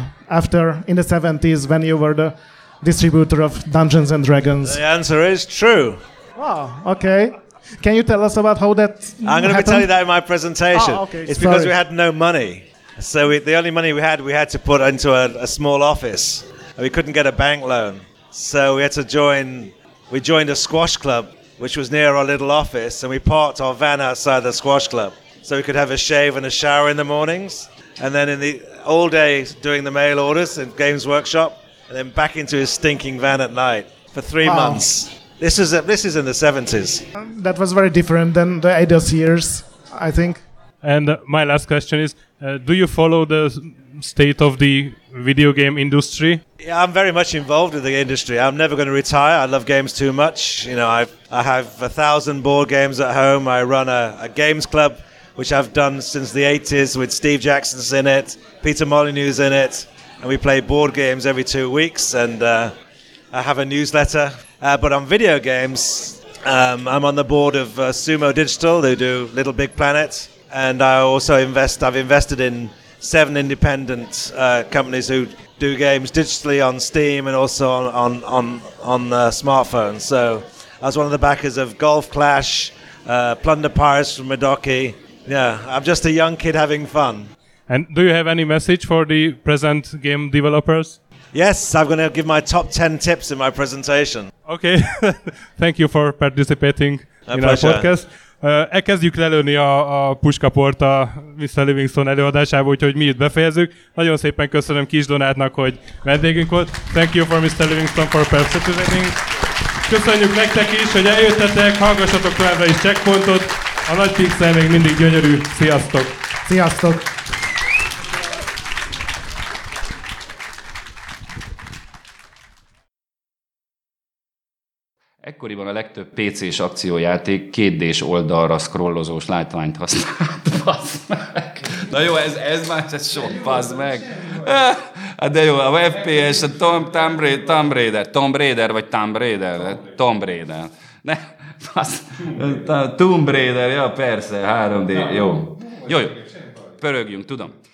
in the 70s when you were the distributor of Dungeons and Dragons. The answer is true. Wow, okay. Can you tell us about how that I'm going to tell you that in my presentation. Okay, it's because we had no money. So the only money we had to put into a small office. We couldn't get a bank loan. So we had to we joined a squash club, which was near our little office, and we parked our van outside the squash club so we could have a shave and a shower in the mornings. And then all day doing the mail orders in Games Workshop, and then back into his stinking van at night for 3 months. This is in the 70s. That was very different than the Eidos years, I think. And my last question is, do you follow the state of the video game industry? Yeah, I'm very much involved with the industry. I'm never going to retire. I love games too much. I have 1,000 board games at home. I run a games club, which I've done since the 80s with Steve Jackson's in it, Peter Molyneux's in it, and we play board games every 2 weeks, and I have a newsletter. But on video games, I'm on the board of Sumo Digital. They do Little Big Planet, and I also I've invested in 7 independent companies who do games digitally on Steam and also on smartphones. So I was one of the backers of Golf Clash, Plunder Pirates from Madoki. Yeah, I'm just a young kid having fun. And do you have any message for the present game developers? Yes, I'm going to give my top 10 tips in my presentation. Okay, thank you for participating in our podcast. Elkezdjük lelőni a puskaport a Mr. Livingstone előadásába, úgyhogy mi itt befejezzük. Nagyon szépen köszönöm Kis Donátnak, hogy vendégünk volt. Thank you for Mr. Livingstone for participating. Köszönjük nektek is, hogy eljöttetek, hallgassatok továbbra is Checkpointot. A Nagy Pixel még mindig gyönyörű. Sziasztok! Sziasztok! Ekkoriban a legtöbb PC-s akciójáték 2D-s oldalra scrollozós látványt használt. Na jó, ez már sok, bazd meg. Hát de jó, a FPS, a Tomb Raider vagy Tomb Raider? Tomb Raider. Ne, Tomb Raider, ja persze, 3D, jó. Jó, pörögjünk, tudom.